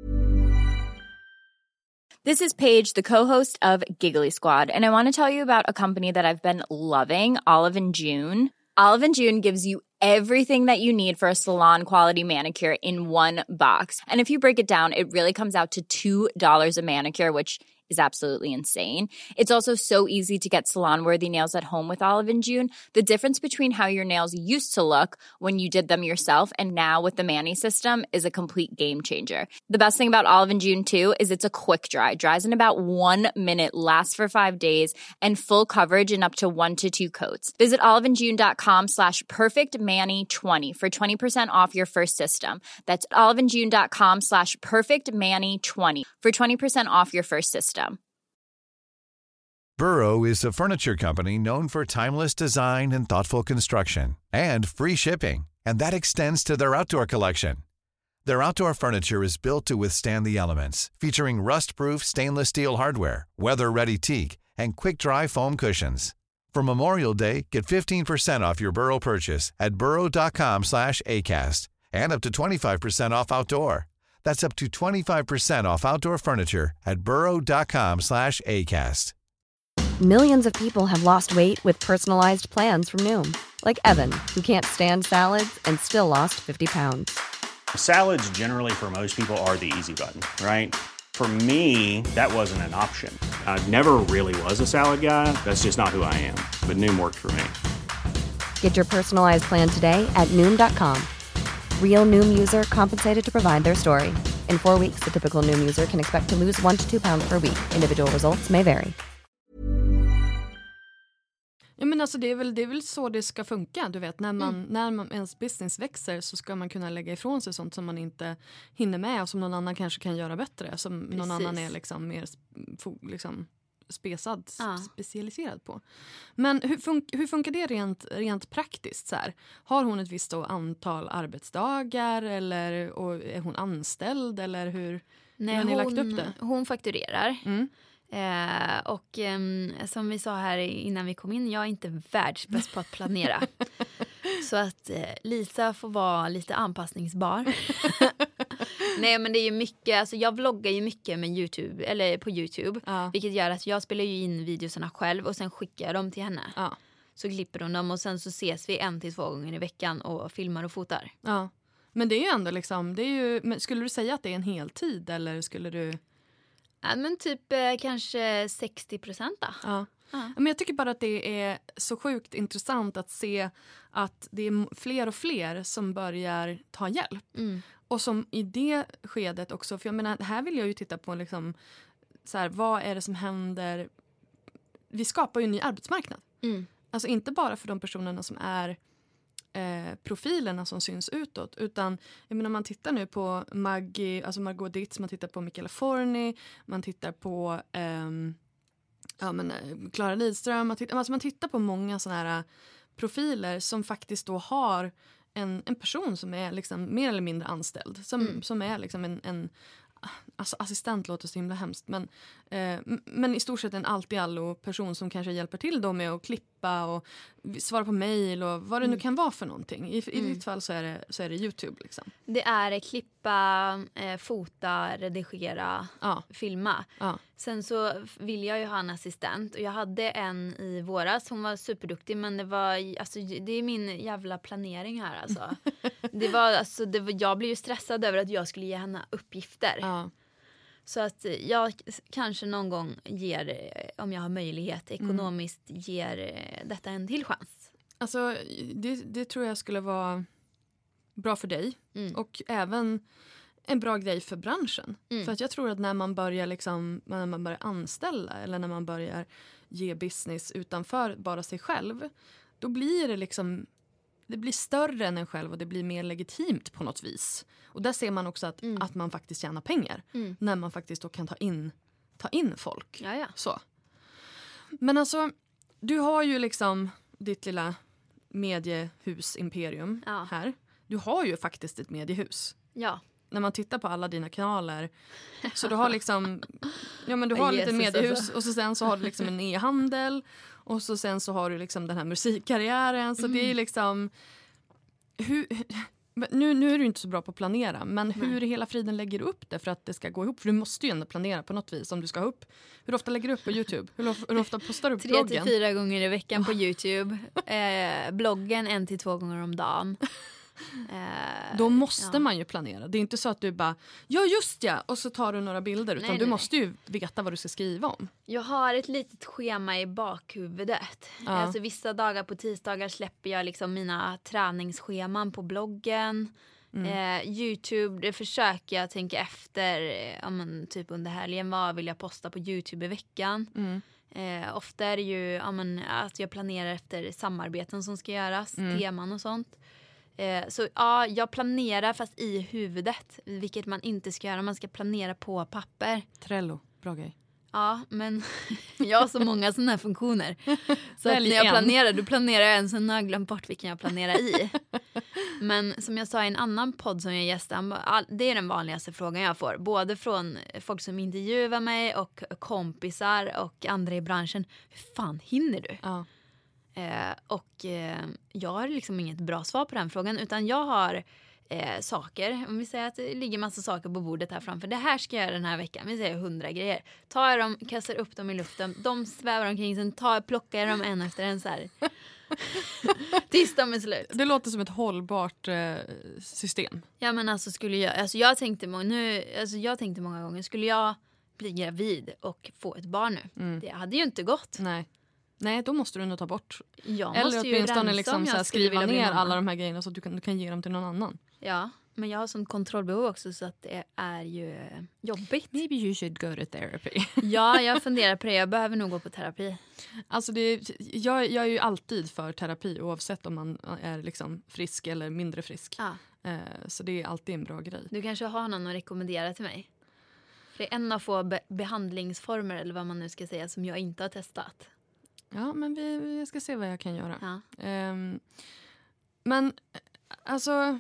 Speaker 7: This is Paige, the co-host of Giggly Squad, and I want to tell you about a company that I've been loving, Olive and June. Olive and June gives you everything that you need for a salon-quality manicure in one box. And if you break it down, it really comes out to two dollars a manicure, which is absolutely insane. It's also so easy to get salon-worthy nails at home with Olive and June. The difference between how your nails used to look when you did them yourself and now with the Mani system is a complete game changer. The best thing about Olive and June too is it's a quick dry. Dries in about one minute, lasts for five days, and full coverage in up to one to two coats. Visit oliveandjune.com slash perfectmani20 for twenty percent off your first system. That's oliveandjune.com slash perfectmani20 for twenty percent off your first system.
Speaker 8: Burrow is a furniture company known for timeless design and thoughtful construction and free shipping, and that extends to their outdoor collection. Their outdoor furniture is built to withstand the elements, featuring rust-proof stainless steel hardware, weather-ready teak, and quick-dry foam cushions. For Memorial Day, get fifteen percent off your Burrow purchase at burrow.com slash ACAST and up to twenty-five percent off outdoor. That's up to twenty-five percent off outdoor furniture at burrow.com slash ACAST.
Speaker 9: Millions of people have lost weight with personalized plans from Noom. Like Evan, who can't stand salads and still lost fifty pounds.
Speaker 10: Salads generally for most people are the easy button, right? For me, that wasn't an option. I never really was a salad guy. That's just not who I am. But Noom worked for me.
Speaker 9: Get your personalized plan today at Noom dot com. Real Noom user compensated to provide their story. In four weeks, the typical Noom user can expect to lose one to two pounds per week. Individual results may vary.
Speaker 5: Ja, men alltså det är väl det är väl så det ska funka, du vet, när man mm. när man ens business växer så ska man kunna lägga ifrån sig sånt som man inte hinner med och som någon annan kanske kan göra bättre, som Precis. Någon annan är liksom mer liksom spesad, ja. specialiserad på. Men hur, fun- hur funkar det rent, rent praktiskt så här? Har hon ett visst då antal arbetsdagar eller och är hon anställd eller hur,
Speaker 6: Nej,
Speaker 5: hur har ni
Speaker 6: hon,
Speaker 5: lagt upp det?
Speaker 6: Hon fakturerar.
Speaker 5: Mm.
Speaker 6: Eh, och eh, som vi sa här innan vi kom in, jag är inte världsbäst på att planera. Så att eh, Lisa får vara lite anpassningsbar. Nej, men det är ju mycket, alltså jag vloggar ju mycket med YouTube, eller på YouTube. Ja. Vilket gör att jag spelar ju in videorna själv och sen skickar jag dem till henne. Ja. Så klipper hon dem och sen så ses vi en till två gånger i veckan och filmar och fotar. Ja.
Speaker 5: Men det är ju ändå liksom, det är ju, men skulle du säga att det är en heltid eller skulle du...
Speaker 6: Ja, men typ eh, kanske sextio procent då.
Speaker 5: Ja. Ja. Men jag tycker bara att det är så sjukt intressant att se att det är fler och fler som börjar ta hjälp. Mm. Och som i det skedet också, för jag menar, här vill jag ju titta på liksom, så här, vad är det som händer? Vi skapar ju en ny arbetsmarknad. Mm. Alltså inte bara för de personerna som är eh, profilerna som syns utåt, utan jag menar, man tittar nu på Maggie, alltså Margot Dietz, man tittar på Michaela Forni, man tittar på ehm, ja, men Clara Lidström, man tittar, alltså man tittar på många såna här profiler som faktiskt då har en, en person som är liksom mer eller mindre anställd, som, mm. som är liksom en, en alltså assistent låter så himla hemskt, men, eh, men i stort sett en allt i allo person som kanske hjälper till då med att klippa och svara på mejl och vad det mm. nu kan vara för någonting. I, i mm. ditt fall så är det, så är det YouTube liksom.
Speaker 6: Det är klippa, eh, fota, redigera, ja. filma. Ja. Sen så vill jag ju ha en assistent och jag hade en i våras, hon var superduktig, men det var, alltså det är min jävla planering här alltså. det var, alltså det var, jag blev ju stressad över att jag skulle ge henne uppgifter. Ja. Så att jag kanske någon gång ger, om jag har möjlighet ekonomiskt, mm. ger detta en till chans.
Speaker 5: Alltså det, det tror jag skulle vara bra för dig mm. och även en bra grej för branschen. Mm. För att jag tror att när man börjar liksom, när man börjar anställa eller när man börjar ge business utanför bara sig själv, då blir det liksom det blir större än en själv och det blir mer legitimt på något vis. Och där ser man också att,
Speaker 6: Mm.
Speaker 5: att man faktiskt tjänar pengar.
Speaker 6: Mm.
Speaker 5: När man faktiskt då kan ta in, ta in folk.
Speaker 6: Ja, ja.
Speaker 5: Så. Men alltså, du har ju liksom ditt lilla mediehus-imperium
Speaker 6: Ja.
Speaker 5: här. Du har ju faktiskt ett mediehus.
Speaker 6: Ja.
Speaker 5: När man tittar på alla dina kanaler. Så du har liksom, ja men du har
Speaker 6: Jesus,
Speaker 5: lite mediehus
Speaker 6: alltså.
Speaker 5: och så sen så har du liksom en e-handel. Och så sen så har du liksom den här musikkarriären. Så
Speaker 6: Mm.
Speaker 5: det är liksom, hur, nu, nu är du inte så bra på att planera. Men hur i hela friden lägger du upp det för att det ska gå ihop? För du måste ju ändå planera på något vis om du ska ha upp. Hur ofta lägger du upp på YouTube? Hur, of, hur ofta postar du på
Speaker 6: Tre
Speaker 5: bloggen?
Speaker 6: till fyra gånger i veckan på YouTube. Eh, bloggen en till två gånger om dagen. Eh,
Speaker 5: Då måste
Speaker 6: ja.
Speaker 5: man ju planera. Det är inte så att du bara, ja just ja, och så tar du några bilder. Utan
Speaker 6: Nej,
Speaker 5: du
Speaker 6: nej,
Speaker 5: måste ju veta vad du ska skriva om.
Speaker 6: Jag har ett litet schema i bakhuvudet.
Speaker 5: Ja.
Speaker 6: Alltså vissa dagar på tisdagar släpper jag liksom mina träningsscheman på bloggen.
Speaker 5: Mm.
Speaker 6: Eh, YouTube, det försöker jag tänka efter. Eh, ja, men, typ under helgen, vad vill jag posta på YouTube i veckan?
Speaker 5: Mm.
Speaker 6: Eh, ofta är det ju ja, men, att jag planerar efter samarbeten som ska göras,
Speaker 5: Mm.
Speaker 6: teman och sånt. Eh, så ja, jag planerar fast i huvudet, vilket man inte ska göra. Man ska planera på papper.
Speaker 5: Trello, bra grej.
Speaker 6: Ja, men jag har så många sådana här funktioner. Så att
Speaker 5: Välj
Speaker 6: när jag
Speaker 5: en.
Speaker 6: planerar, då planerar jag en, sen har jag glömt bort vilken jag planerar i. Men som jag sa i en annan podd som jag gästade, all- det är den vanligaste frågan jag får. Både från folk som intervjuar mig och kompisar och andra i branschen. Hur fan hinner du?
Speaker 5: Ja.
Speaker 6: Eh, och eh, jag har liksom inget bra svar på den frågan, utan jag har eh, saker, om vi säger att det ligger massa saker på bordet här framför, det här ska jag göra den här veckan, vi säger hundra grejer, tar jag dem, kastar upp dem i luften, de svävar omkring, sen tar, plockar jag dem en efter en så här tills de är slut.
Speaker 5: Det låter som ett hållbart eh, system.
Speaker 6: Ja, men alltså skulle jag, alltså jag tänkte må- nu, alltså jag tänkte många gånger, skulle jag bli gravid och få ett barn nu,
Speaker 5: Mm.
Speaker 6: det hade ju inte gått.
Speaker 5: Nej. Nej, då måste du nog ta bort.
Speaker 6: Jag
Speaker 5: Eller
Speaker 6: måste ju
Speaker 5: åtminstone
Speaker 6: rensa
Speaker 5: liksom
Speaker 6: om
Speaker 5: så
Speaker 6: jag
Speaker 5: här,
Speaker 6: skulle
Speaker 5: skriva
Speaker 6: vilja bli
Speaker 5: ner
Speaker 6: mamma.
Speaker 5: alla de här grejerna så att du kan, du kan ge dem till någon annan.
Speaker 6: Ja, men jag har sån kontrollbehov också så att det är ju jobbigt.
Speaker 5: Maybe you should go to therapy.
Speaker 6: Ja, jag funderar på det. Jag behöver nog gå på terapi.
Speaker 5: Alltså det, jag, jag är ju alltid för terapi oavsett om man är liksom frisk eller mindre frisk.
Speaker 6: Ja.
Speaker 5: Eh, så det är alltid en bra grej.
Speaker 6: Du kanske har någon att rekommendera till mig. För det är en av få be- behandlingsformer eller vad man nu ska säga som jag inte har testat.
Speaker 5: Ja, men vi, jag ska se vad jag kan göra.
Speaker 6: Ja.
Speaker 5: Ehm, men alltså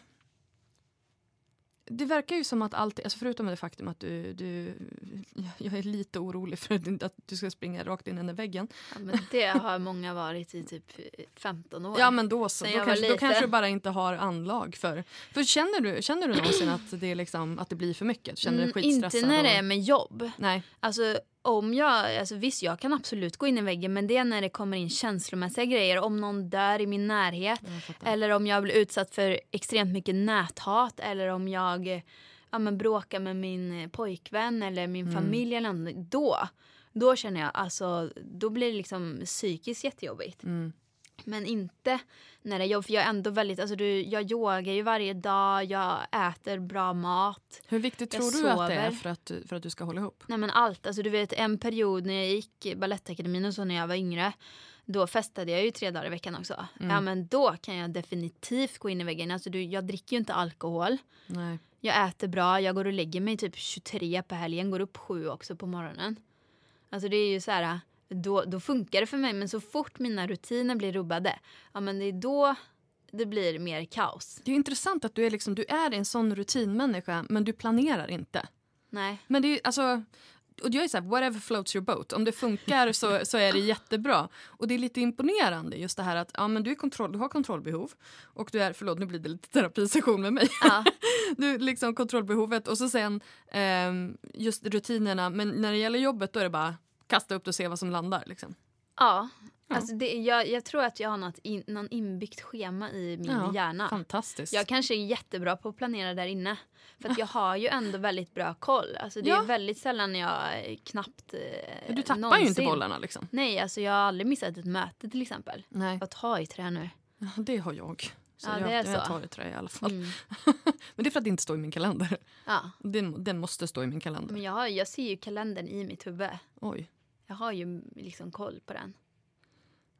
Speaker 5: det verkar ju som att allt, alltså förutom det faktum att du, du jag är lite orolig för att du ska springa rakt in i den väggen.
Speaker 6: Ja, men det har många varit i typ femton år.
Speaker 5: Ja, men då så.
Speaker 6: Sen
Speaker 5: Då
Speaker 6: jag
Speaker 5: kanske,
Speaker 6: var
Speaker 5: då
Speaker 6: liten.
Speaker 5: kanske du bara inte har anlag för. För känner du, känner du någonsin att det, är liksom, att det blir för mycket? Känner du
Speaker 6: Mm,
Speaker 5: dig
Speaker 6: inte
Speaker 5: skitstressad?
Speaker 6: när det
Speaker 5: och-
Speaker 6: är med jobb.
Speaker 5: Nej.
Speaker 6: Alltså om jag, alltså visst jag kan absolut gå in i väggen, men det är när det kommer in känslomässiga grejer, om någon dör i min närhet
Speaker 5: Jag fattar.
Speaker 6: eller om jag blir utsatt för extremt mycket näthat eller om jag ja, men bråkar med min pojkvän eller min
Speaker 5: Mm.
Speaker 6: familj eller något, då då känner jag alltså, då blir det liksom psykiskt jättejobbigt.
Speaker 5: Mm.
Speaker 6: Men inte när det är jobb, för jag är ändå väldigt, alltså du, jag yogar ju varje dag, jag äter bra mat.
Speaker 5: Hur viktigt
Speaker 6: Jag
Speaker 5: tror du att det är
Speaker 6: sover.
Speaker 5: för att, du- för att du ska hålla ihop?
Speaker 6: Nej men allt, alltså du vet en period när jag gick Balettakademin och så när jag var yngre, då festade jag ju tre dagar i veckan också.
Speaker 5: Mm.
Speaker 6: Ja men då kan jag definitivt gå in i väggen, alltså du, jag dricker ju inte alkohol.
Speaker 5: Nej.
Speaker 6: Jag äter bra, jag går och lägger mig typ tjugotre på helgen, går upp sju också på morgonen. Alltså det är ju så här, då, då funkar det för mig, men så fort mina rutiner blir rubbade, ja men det är då det blir mer kaos.
Speaker 5: Det är ju intressant att du är, liksom, du är en sån rutinmänniska men du planerar inte.
Speaker 6: Nej.
Speaker 5: Men det är ju, alltså, och jag är så här, whatever floats your boat. Om det funkar så, så är det jättebra. Och det är lite imponerande just det här att ja, men du, är kontroll, du har kontrollbehov. Och du är, förlåt nu blir det lite terapisession med mig.
Speaker 6: Ja.
Speaker 5: Du liksom kontrollbehovet och så sen ehm, just rutinerna. Men när det gäller jobbet då är det bara kasta upp och se vad som landar liksom.
Speaker 6: Ja.
Speaker 5: Ja.
Speaker 6: Alltså det, jag, jag tror att jag har något in, någon inbyggt schema i min
Speaker 5: Ja,
Speaker 6: hjärna.
Speaker 5: Fantastiskt.
Speaker 6: Jag kanske är jättebra på att planera där inne. För att jag har ju ändå väldigt bra koll. Alltså det
Speaker 5: Ja.
Speaker 6: är väldigt sällan jag eh, knappt eh,
Speaker 5: du tappar
Speaker 6: någonsin.
Speaker 5: ju inte bollarna liksom.
Speaker 6: Nej, alltså jag har aldrig missat ett möte till exempel.
Speaker 5: Nej.
Speaker 6: Jag tar i trä nu.
Speaker 5: Ja, det har jag. Så
Speaker 6: Ja,
Speaker 5: jag,
Speaker 6: det är
Speaker 5: jag
Speaker 6: så.
Speaker 5: tar ett trä i alla fall.
Speaker 6: Mm.
Speaker 5: Men det är för att det inte står i min kalender.
Speaker 6: Ja.
Speaker 5: Den, den måste stå i min kalender.
Speaker 6: Men jag, har, jag ser ju kalendern i mitt huvud.
Speaker 5: Oj.
Speaker 6: Jag har ju liksom koll på den.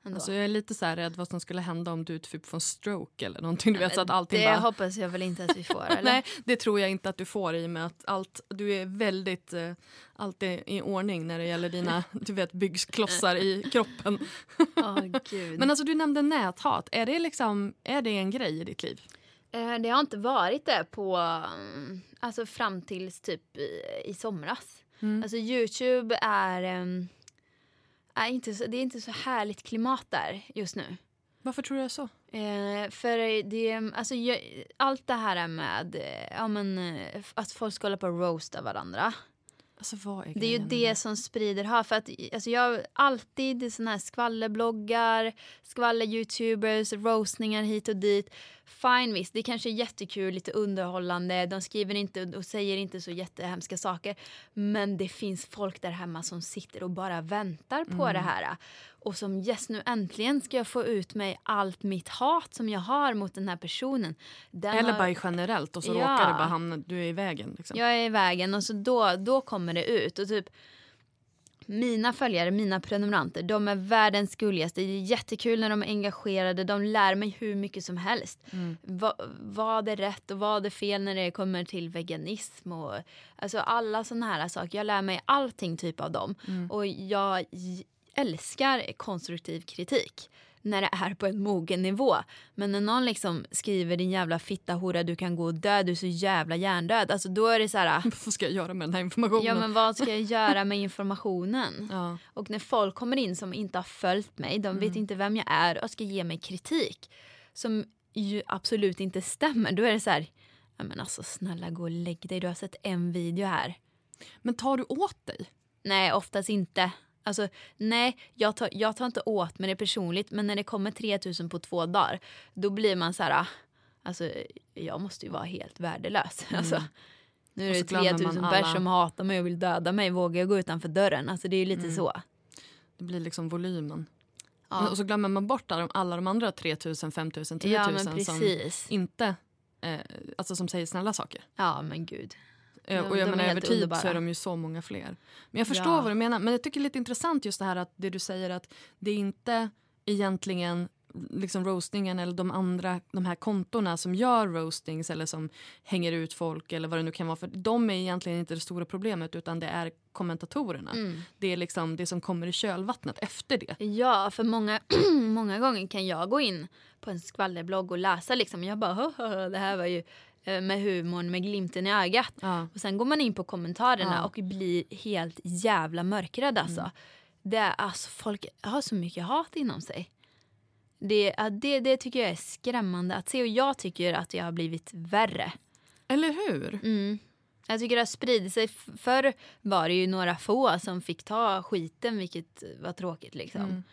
Speaker 6: Ändå.
Speaker 5: Alltså jag är lite så här rädd vad som skulle hända om du typ får en stroke eller någonting. Du vet, så att allting
Speaker 6: det
Speaker 5: bara...
Speaker 6: hoppas jag väl inte att vi får. Eller?
Speaker 5: Nej, det tror jag inte att du får i och med att allt, du är väldigt eh, alltid i ordning när det gäller dina du vet, byggsklossar i kroppen.
Speaker 6: Oh, Gud.
Speaker 5: Men alltså du nämnde näthat. Är det, liksom, är det en grej i ditt liv?
Speaker 6: Eh, det har inte varit det på, alltså fram tills typ i, i somras. Mm. Alltså YouTube är... Um, är inte så, det är inte så härligt klimat där just nu.
Speaker 5: Varför tror du det är så?
Speaker 6: Eh, för det, alltså, jag, allt det här med ja, men, att folk ska hålla på och roasta varandra.
Speaker 5: Alltså, vad är
Speaker 6: det är ju det, det som sprider här. För att, alltså, jag har alltid såna här skvallerbloggar, skvaller-youtubers, roastningar hit och dit. Fine, visst, det kanske är jättekul, lite underhållande. De skriver inte och säger inte så jättehemska saker. Men det finns folk där hemma som sitter och bara väntar på mm. det här. Och som, yes, nu äntligen ska jag få ut mig allt mitt hat som jag har mot den här personen. Den
Speaker 5: Eller
Speaker 6: har...
Speaker 5: bara generellt och så ja. råkar det bara hamna, du är i vägen. Liksom.
Speaker 6: Jag är i vägen och så då, då kommer det ut. Och typ mina följare, mina prenumeranter, de är världens gulligaste. Det är jättekul när de är engagerade. De lär mig hur mycket som helst. Mm. Va, vad är rätt och vad är fel när det kommer till veganism och alltså alla såna här saker. Jag lär mig allting typ av dem. Mm. Och jag älskar konstruktiv kritik när det är på en mogen nivå. Men när någon liksom skriver din jävla fitta hora, du kan gå och dö, du är så jävla hjärndöd. Alltså då är det så här...
Speaker 5: Vad ska jag göra med den här informationen?
Speaker 6: Ja, men vad ska jag göra med informationen? Ja. Och när folk kommer in som inte har följt mig, de vet mm. inte vem jag är och ska ge mig kritik som ju absolut inte stämmer. Då är det så här, ja men alltså snälla gå och lägg dig, du har sett en video här.
Speaker 5: Men tar du åt dig?
Speaker 6: Nej, oftast inte. Alltså, nej, jag tar, jag tar inte åt mig det personligt. Men när det kommer tre tusen på två dagar, då blir man så här, alltså, jag måste ju vara helt värdelös. Mm. Alltså, nu är det tre tusen pers som hatar mig och vill döda mig. Vågar jag gå utanför dörren? Alltså, det är ju lite mm. så.
Speaker 5: Det blir liksom volymen. Ja. Och så glömmer man bort alla, alla de andra tre tusen, fem tusen, tio tusen ja, som inte, eh, alltså som säger snälla saker.
Speaker 6: Ja, men gud.
Speaker 5: De, och jag menar över tid underbara. Så är de ju så många fler. Men jag förstår ja. vad du menar. Men jag tycker det är lite intressant just det här att det du säger att det är inte egentligen liksom roastingen eller de andra, de här kontorna som gör roastings eller som hänger ut folk eller vad det nu kan vara. För de är egentligen inte det stora problemet utan det är kommentatorerna. Mm. Det är liksom det som kommer i kölvattnet efter det.
Speaker 6: Ja, för många, många gånger kan jag gå in på en skvallerblogg och läsa liksom. Jag bara, det här var ju med humorn, med glimten i ögat. Ja. Och sen går man in på kommentarerna ja. och blir helt jävla mörkrädd alltså. Mm. Det är, alltså folk har så mycket hat inom sig. Det, det, det tycker jag är skrämmande att se och jag tycker att jag har blivit värre.
Speaker 5: Eller hur?
Speaker 6: Mm. Jag tycker det har spridit sig. Förr var det ju några få som fick ta skiten, vilket var tråkigt liksom. Mm.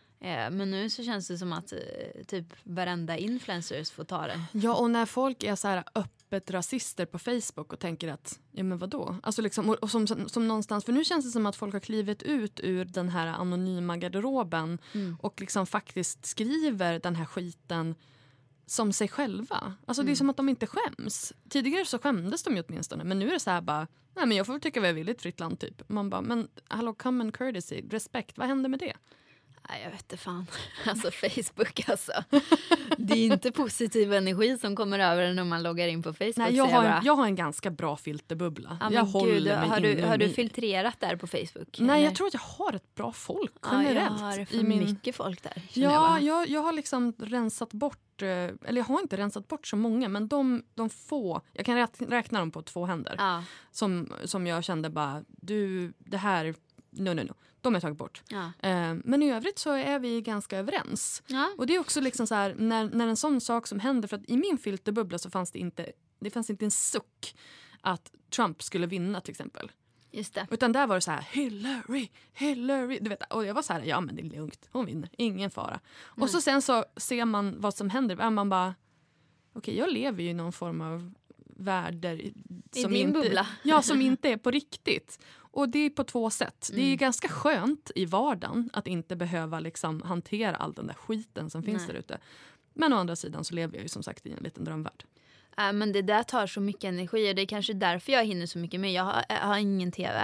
Speaker 6: Men nu så känns det som att typ varenda influencers får ta det.
Speaker 5: Ja, och när folk är så här öppet rasister på Facebook och tänker att, ja men vadå? Alltså liksom, och som, som, som någonstans, för nu känns det som att folk har klivit ut ur den här anonyma garderoben mm. och liksom faktiskt skriver den här skiten som sig själva. Alltså mm. det är som att de inte skäms. Tidigare så skämdes de ju åtminstone, men nu är det så här bara, nej men jag får väl tycka vad jag vill i ett fritt land typ. Man bara, men hallå, common courtesy, respekt, vad händer med det?
Speaker 6: Nej, jag vet inte fan. Alltså Facebook alltså. Det är inte positiv energi som kommer över när man loggar in på Facebook.
Speaker 5: Nej, jag, har en, jag har en ganska bra filterbubbla.
Speaker 6: Ja,
Speaker 5: jag håller
Speaker 6: gud,
Speaker 5: mig
Speaker 6: har, du, har du
Speaker 5: i... filtrerat
Speaker 6: där på Facebook?
Speaker 5: Nej, eller? Jag tror att jag har ett bra folk generellt.
Speaker 6: Ja, jag har för i min... mycket folk där.
Speaker 5: Ja, jag, jag, jag har liksom rensat bort, eller jag har inte rensat bort så många, men de, de få, jag kan räkna dem på två händer. Ja. Som, som jag kände bara, du, det här, no, no, no. De har jag tagit bort. Ja. Eh, men i övrigt så är vi ganska överens. Ja. Och det är också liksom så här, när, när en sån sak som händer, för att i min filterbubbla så fanns det inte, det fanns inte en suck att Trump skulle vinna till exempel.
Speaker 6: Just det.
Speaker 5: Utan där var det så här, Hillary, Hillary, du vet, och jag var så här, ja men det är lugnt, hon vinner, ingen fara. Mm. Och så sen så ser man vad som händer, man bara, okej, okay, jag lever ju i någon form av världar som
Speaker 6: I din
Speaker 5: inte,
Speaker 6: bubbla.
Speaker 5: Ja, som inte är på riktigt. Och det är på två sätt. Mm. Det är ganska skönt i vardagen att inte behöva liksom hantera all den där skiten som finns Nej. där ute. Men å andra sidan så lever jag ju som sagt i en liten drömvärld.
Speaker 6: Äh, men det där tar så mycket energi och det är kanske därför jag hinner så mycket med. Jag har, jag har ingen tv.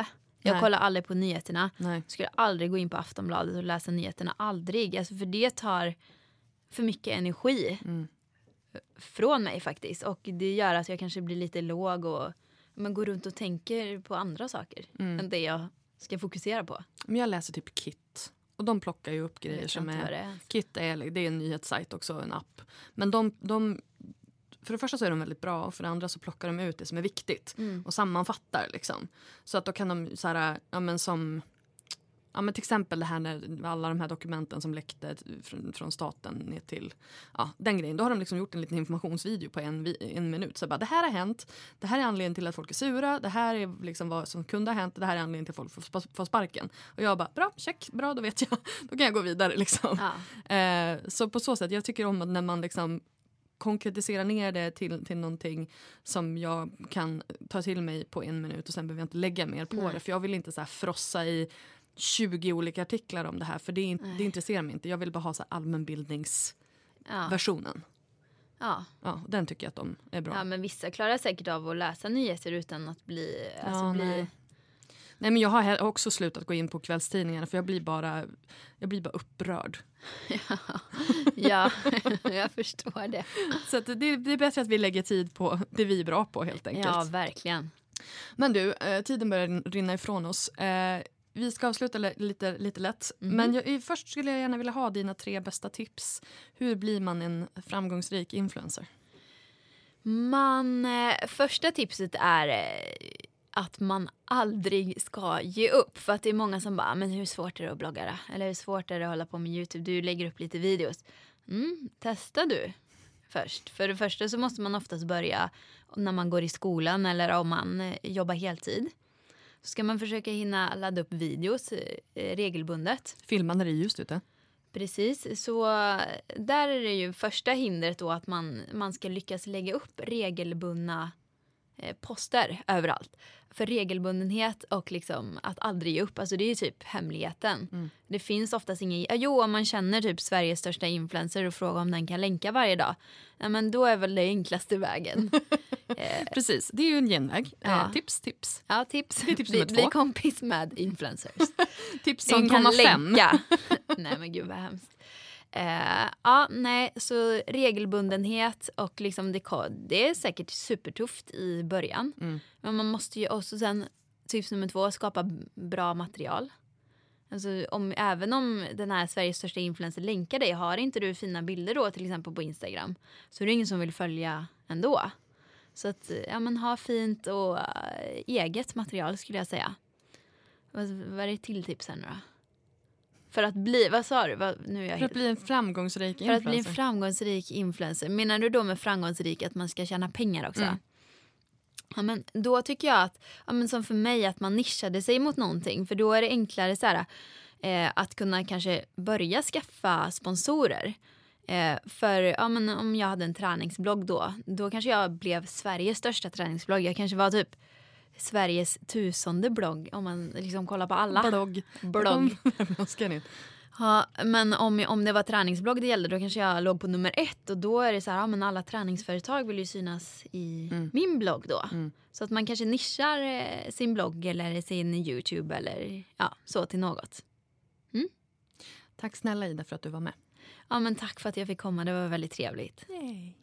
Speaker 6: Jag
Speaker 5: Nej.
Speaker 6: kollar aldrig på nyheterna.
Speaker 5: Nej.
Speaker 6: Skulle aldrig gå in på Aftonbladet och läsa nyheterna. Aldrig. Alltså för det tar för mycket energi
Speaker 5: Mm.
Speaker 6: från mig faktiskt. Och det gör att jag kanske blir lite låg och men går runt och tänker på andra saker
Speaker 5: Mm.
Speaker 6: än det jag ska fokusera på.
Speaker 5: Men jag läser typ Kit. Och de plockar ju upp
Speaker 6: Jag
Speaker 5: grejer
Speaker 6: vet
Speaker 5: som
Speaker 6: inte vad
Speaker 5: är...
Speaker 6: det är.
Speaker 5: Kit är, det är en nyhetssajt också, en app. Men de, de... För det första så är de väldigt bra och för det andra så plockar de ut det som är viktigt.
Speaker 6: Mm.
Speaker 5: Och sammanfattar liksom. Så att då kan de så här, ja men som... Ja men till exempel det här när alla de här dokumenten som läckte från, från staten ner till ja, den grejen. Då har de liksom gjort en liten informationsvideo på en, vi- en minut. Så bara, det här har hänt. Det här är anledningen till att folk är sura. Det här är liksom vad som kunde ha hänt. Det här är anledningen till att folk får, får sparken. Och jag bara, bra, check, bra, då vet jag. Då kan jag gå vidare liksom.
Speaker 6: Ja.
Speaker 5: Eh, så på så sätt, jag tycker om att när man liksom konkretisera ner det till, till någonting som jag kan ta till mig på en minut och sen behöver jag inte lägga mer på
Speaker 6: Nej.
Speaker 5: det. För jag vill inte så här frossa i tjugo olika artiklar om det här. För det, är inte, det intresserar mig inte. Jag vill bara ha så här allmänbildningsversionen.
Speaker 6: Ja.
Speaker 5: Ja. Ja, den tycker jag att de är bra.
Speaker 6: Ja, men vissa klarar säkert av att läsa nyheter utan att bli... Alltså
Speaker 5: Ja,
Speaker 6: bli...
Speaker 5: nej. Nej, men jag har he- också slutat gå in på kvällstidningarna för jag blir bara, jag blir bara upprörd.
Speaker 6: Ja, jag förstår det.
Speaker 5: Så att det, det är bättre att vi lägger tid på det vi är bra på helt enkelt.
Speaker 6: Ja, verkligen.
Speaker 5: Men du, eh, tiden börjar rinna ifrån oss. Eh, vi ska avsluta li- lite, lite lätt.
Speaker 6: Mhm.
Speaker 5: Men jag, först skulle jag gärna vilja ha dina tre bästa tips. Hur blir man en framgångsrik influencer?
Speaker 6: Man, eh, första tipset är eh, att man aldrig ska ge upp. För att det är många som bara, men hur svårt är det att blogga då? Eller hur svårt är det att hålla på med YouTube? Du lägger upp lite videos. Mm, testa du först. För det första så måste man oftast börja när man går i skolan eller om man eh, jobbar heltid. Så ska man försöka hinna ladda upp videos eh, regelbundet.
Speaker 5: Filma när det är ljust ute.
Speaker 6: Precis, så där är det ju första hindret då att man, man ska lyckas lägga upp regelbundna eh, poster överallt. För regelbundenhet och liksom att aldrig ge upp, alltså det är ju typ hemligheten.
Speaker 5: Mm.
Speaker 6: Det finns oftast ingen, ja, jo om man känner typ Sveriges största influencer och frågar om den kan länka varje dag. Ja, men då är väl det enklaste vägen. eh,
Speaker 5: Precis, det är ju en genväg.
Speaker 6: Ja.
Speaker 5: Eh, tips, tips.
Speaker 6: ja, tips.
Speaker 5: Det är tips
Speaker 6: bli,
Speaker 5: nummer två.
Speaker 6: bli kompis med influencers.
Speaker 5: Tips
Speaker 6: Som
Speaker 5: en
Speaker 6: kan
Speaker 5: komma fem.
Speaker 6: länka. Nej men gud vad hemskt. Uh, ja, nej, så regelbundenhet och liksom det, det är säkert supertufft i början.
Speaker 5: Mm.
Speaker 6: Men man måste ju också sen, tips nummer två, skapa bra material. Alltså om, även om den här Sveriges största influencer länkar dig, har inte du fina bilder då till exempel på Instagram, så är det ingen som vill följa ändå. Så att, ja men ha fint och uh, eget material skulle jag säga. Vad, vad är det till tips här nu då? För att bli, vad sa du? Vad, nu är jag
Speaker 5: För att
Speaker 6: helt...
Speaker 5: bli en framgångsrik
Speaker 6: För
Speaker 5: influencer.
Speaker 6: att bli en framgångsrik influencer. Menar du då med framgångsrik att man ska tjäna pengar också?
Speaker 5: Mm.
Speaker 6: Ja, men då tycker jag att, ja, men som för mig, att man nischade sig mot någonting. För då är det enklare så här, eh, att kunna kanske börja skaffa sponsorer. Eh, för ja, men om jag hade en träningsblogg då, då kanske jag blev Sveriges största träningsblogg. Jag kanske var typ Sveriges tusende blogg om man liksom kollar på alla.
Speaker 5: Blogg.
Speaker 6: Blogg.
Speaker 5: Jag ska ner.
Speaker 6: Ja, men om, om det var träningsblogg det gällde, då kanske jag låg på nummer ett. Och då är det så här, ja, men alla träningsföretag vill ju synas i
Speaker 5: Mm.
Speaker 6: min blogg då.
Speaker 5: Mm.
Speaker 6: Så att man kanske nischar eh, sin blogg eller sin YouTube eller ja, så till något. Mm?
Speaker 5: Tack snälla Ida för att du var med.
Speaker 6: Ja, men tack för att jag fick komma, det var väldigt trevligt.
Speaker 5: Yay.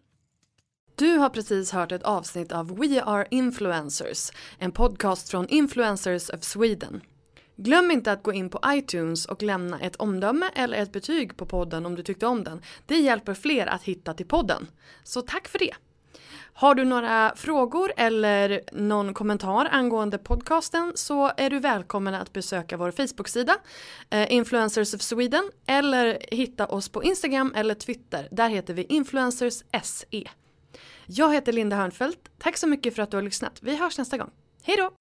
Speaker 5: Du har precis hört ett avsnitt av We Are Influencers, en podcast från Influencers of Sweden. Glöm inte att gå in på iTunes och lämna ett omdöme eller ett betyg på podden om du tyckte om den. Det hjälper fler att hitta till podden. Så tack för det! Har du några frågor eller någon kommentar angående podcasten så är du välkommen att besöka vår Facebook-sida eh, Influencers of Sweden eller hitta oss på Instagram eller Twitter. Där heter vi Influencers S E. Jag heter Linda Hörnfeldt. Tack så mycket för att du har lyssnat. Vi hörs nästa gång. Hej då!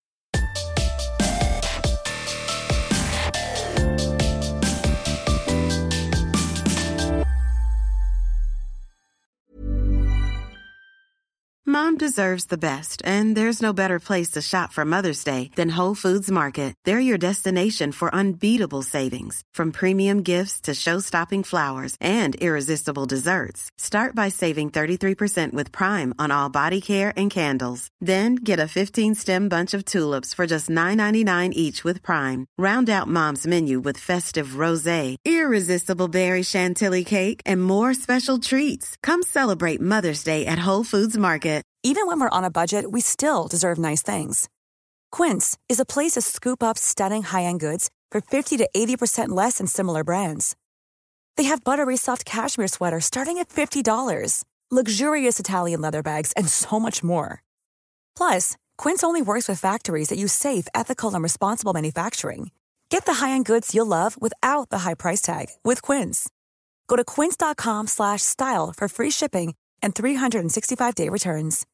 Speaker 11: Mom deserves the best, and there's no better place to shop for Mother's Day than Whole Foods Market. They're your destination for unbeatable savings, from premium gifts to show-stopping flowers and irresistible desserts. Start by saving thirty-three percent with Prime on all body care and candles. Then get a fifteen-stem bunch of tulips for just nine ninety-nine each with Prime. Round out Mom's menu with festive rosé, irresistible berry chantilly cake, and more special treats. Come celebrate Mother's Day at Whole Foods Market.
Speaker 12: Even when we're on a budget, we still deserve nice things. Quince is a place to scoop up stunning high-end goods for fifty to eighty percent less than similar brands. They have buttery soft cashmere sweaters starting at fifty dollars, luxurious Italian leather bags, and so much more. Plus, Quince only works with factories that use safe, ethical, and responsible manufacturing. Get the high-end goods you'll love without the high price tag with Quince. Go to quince.com slash style for free shipping and three sixty-five day returns.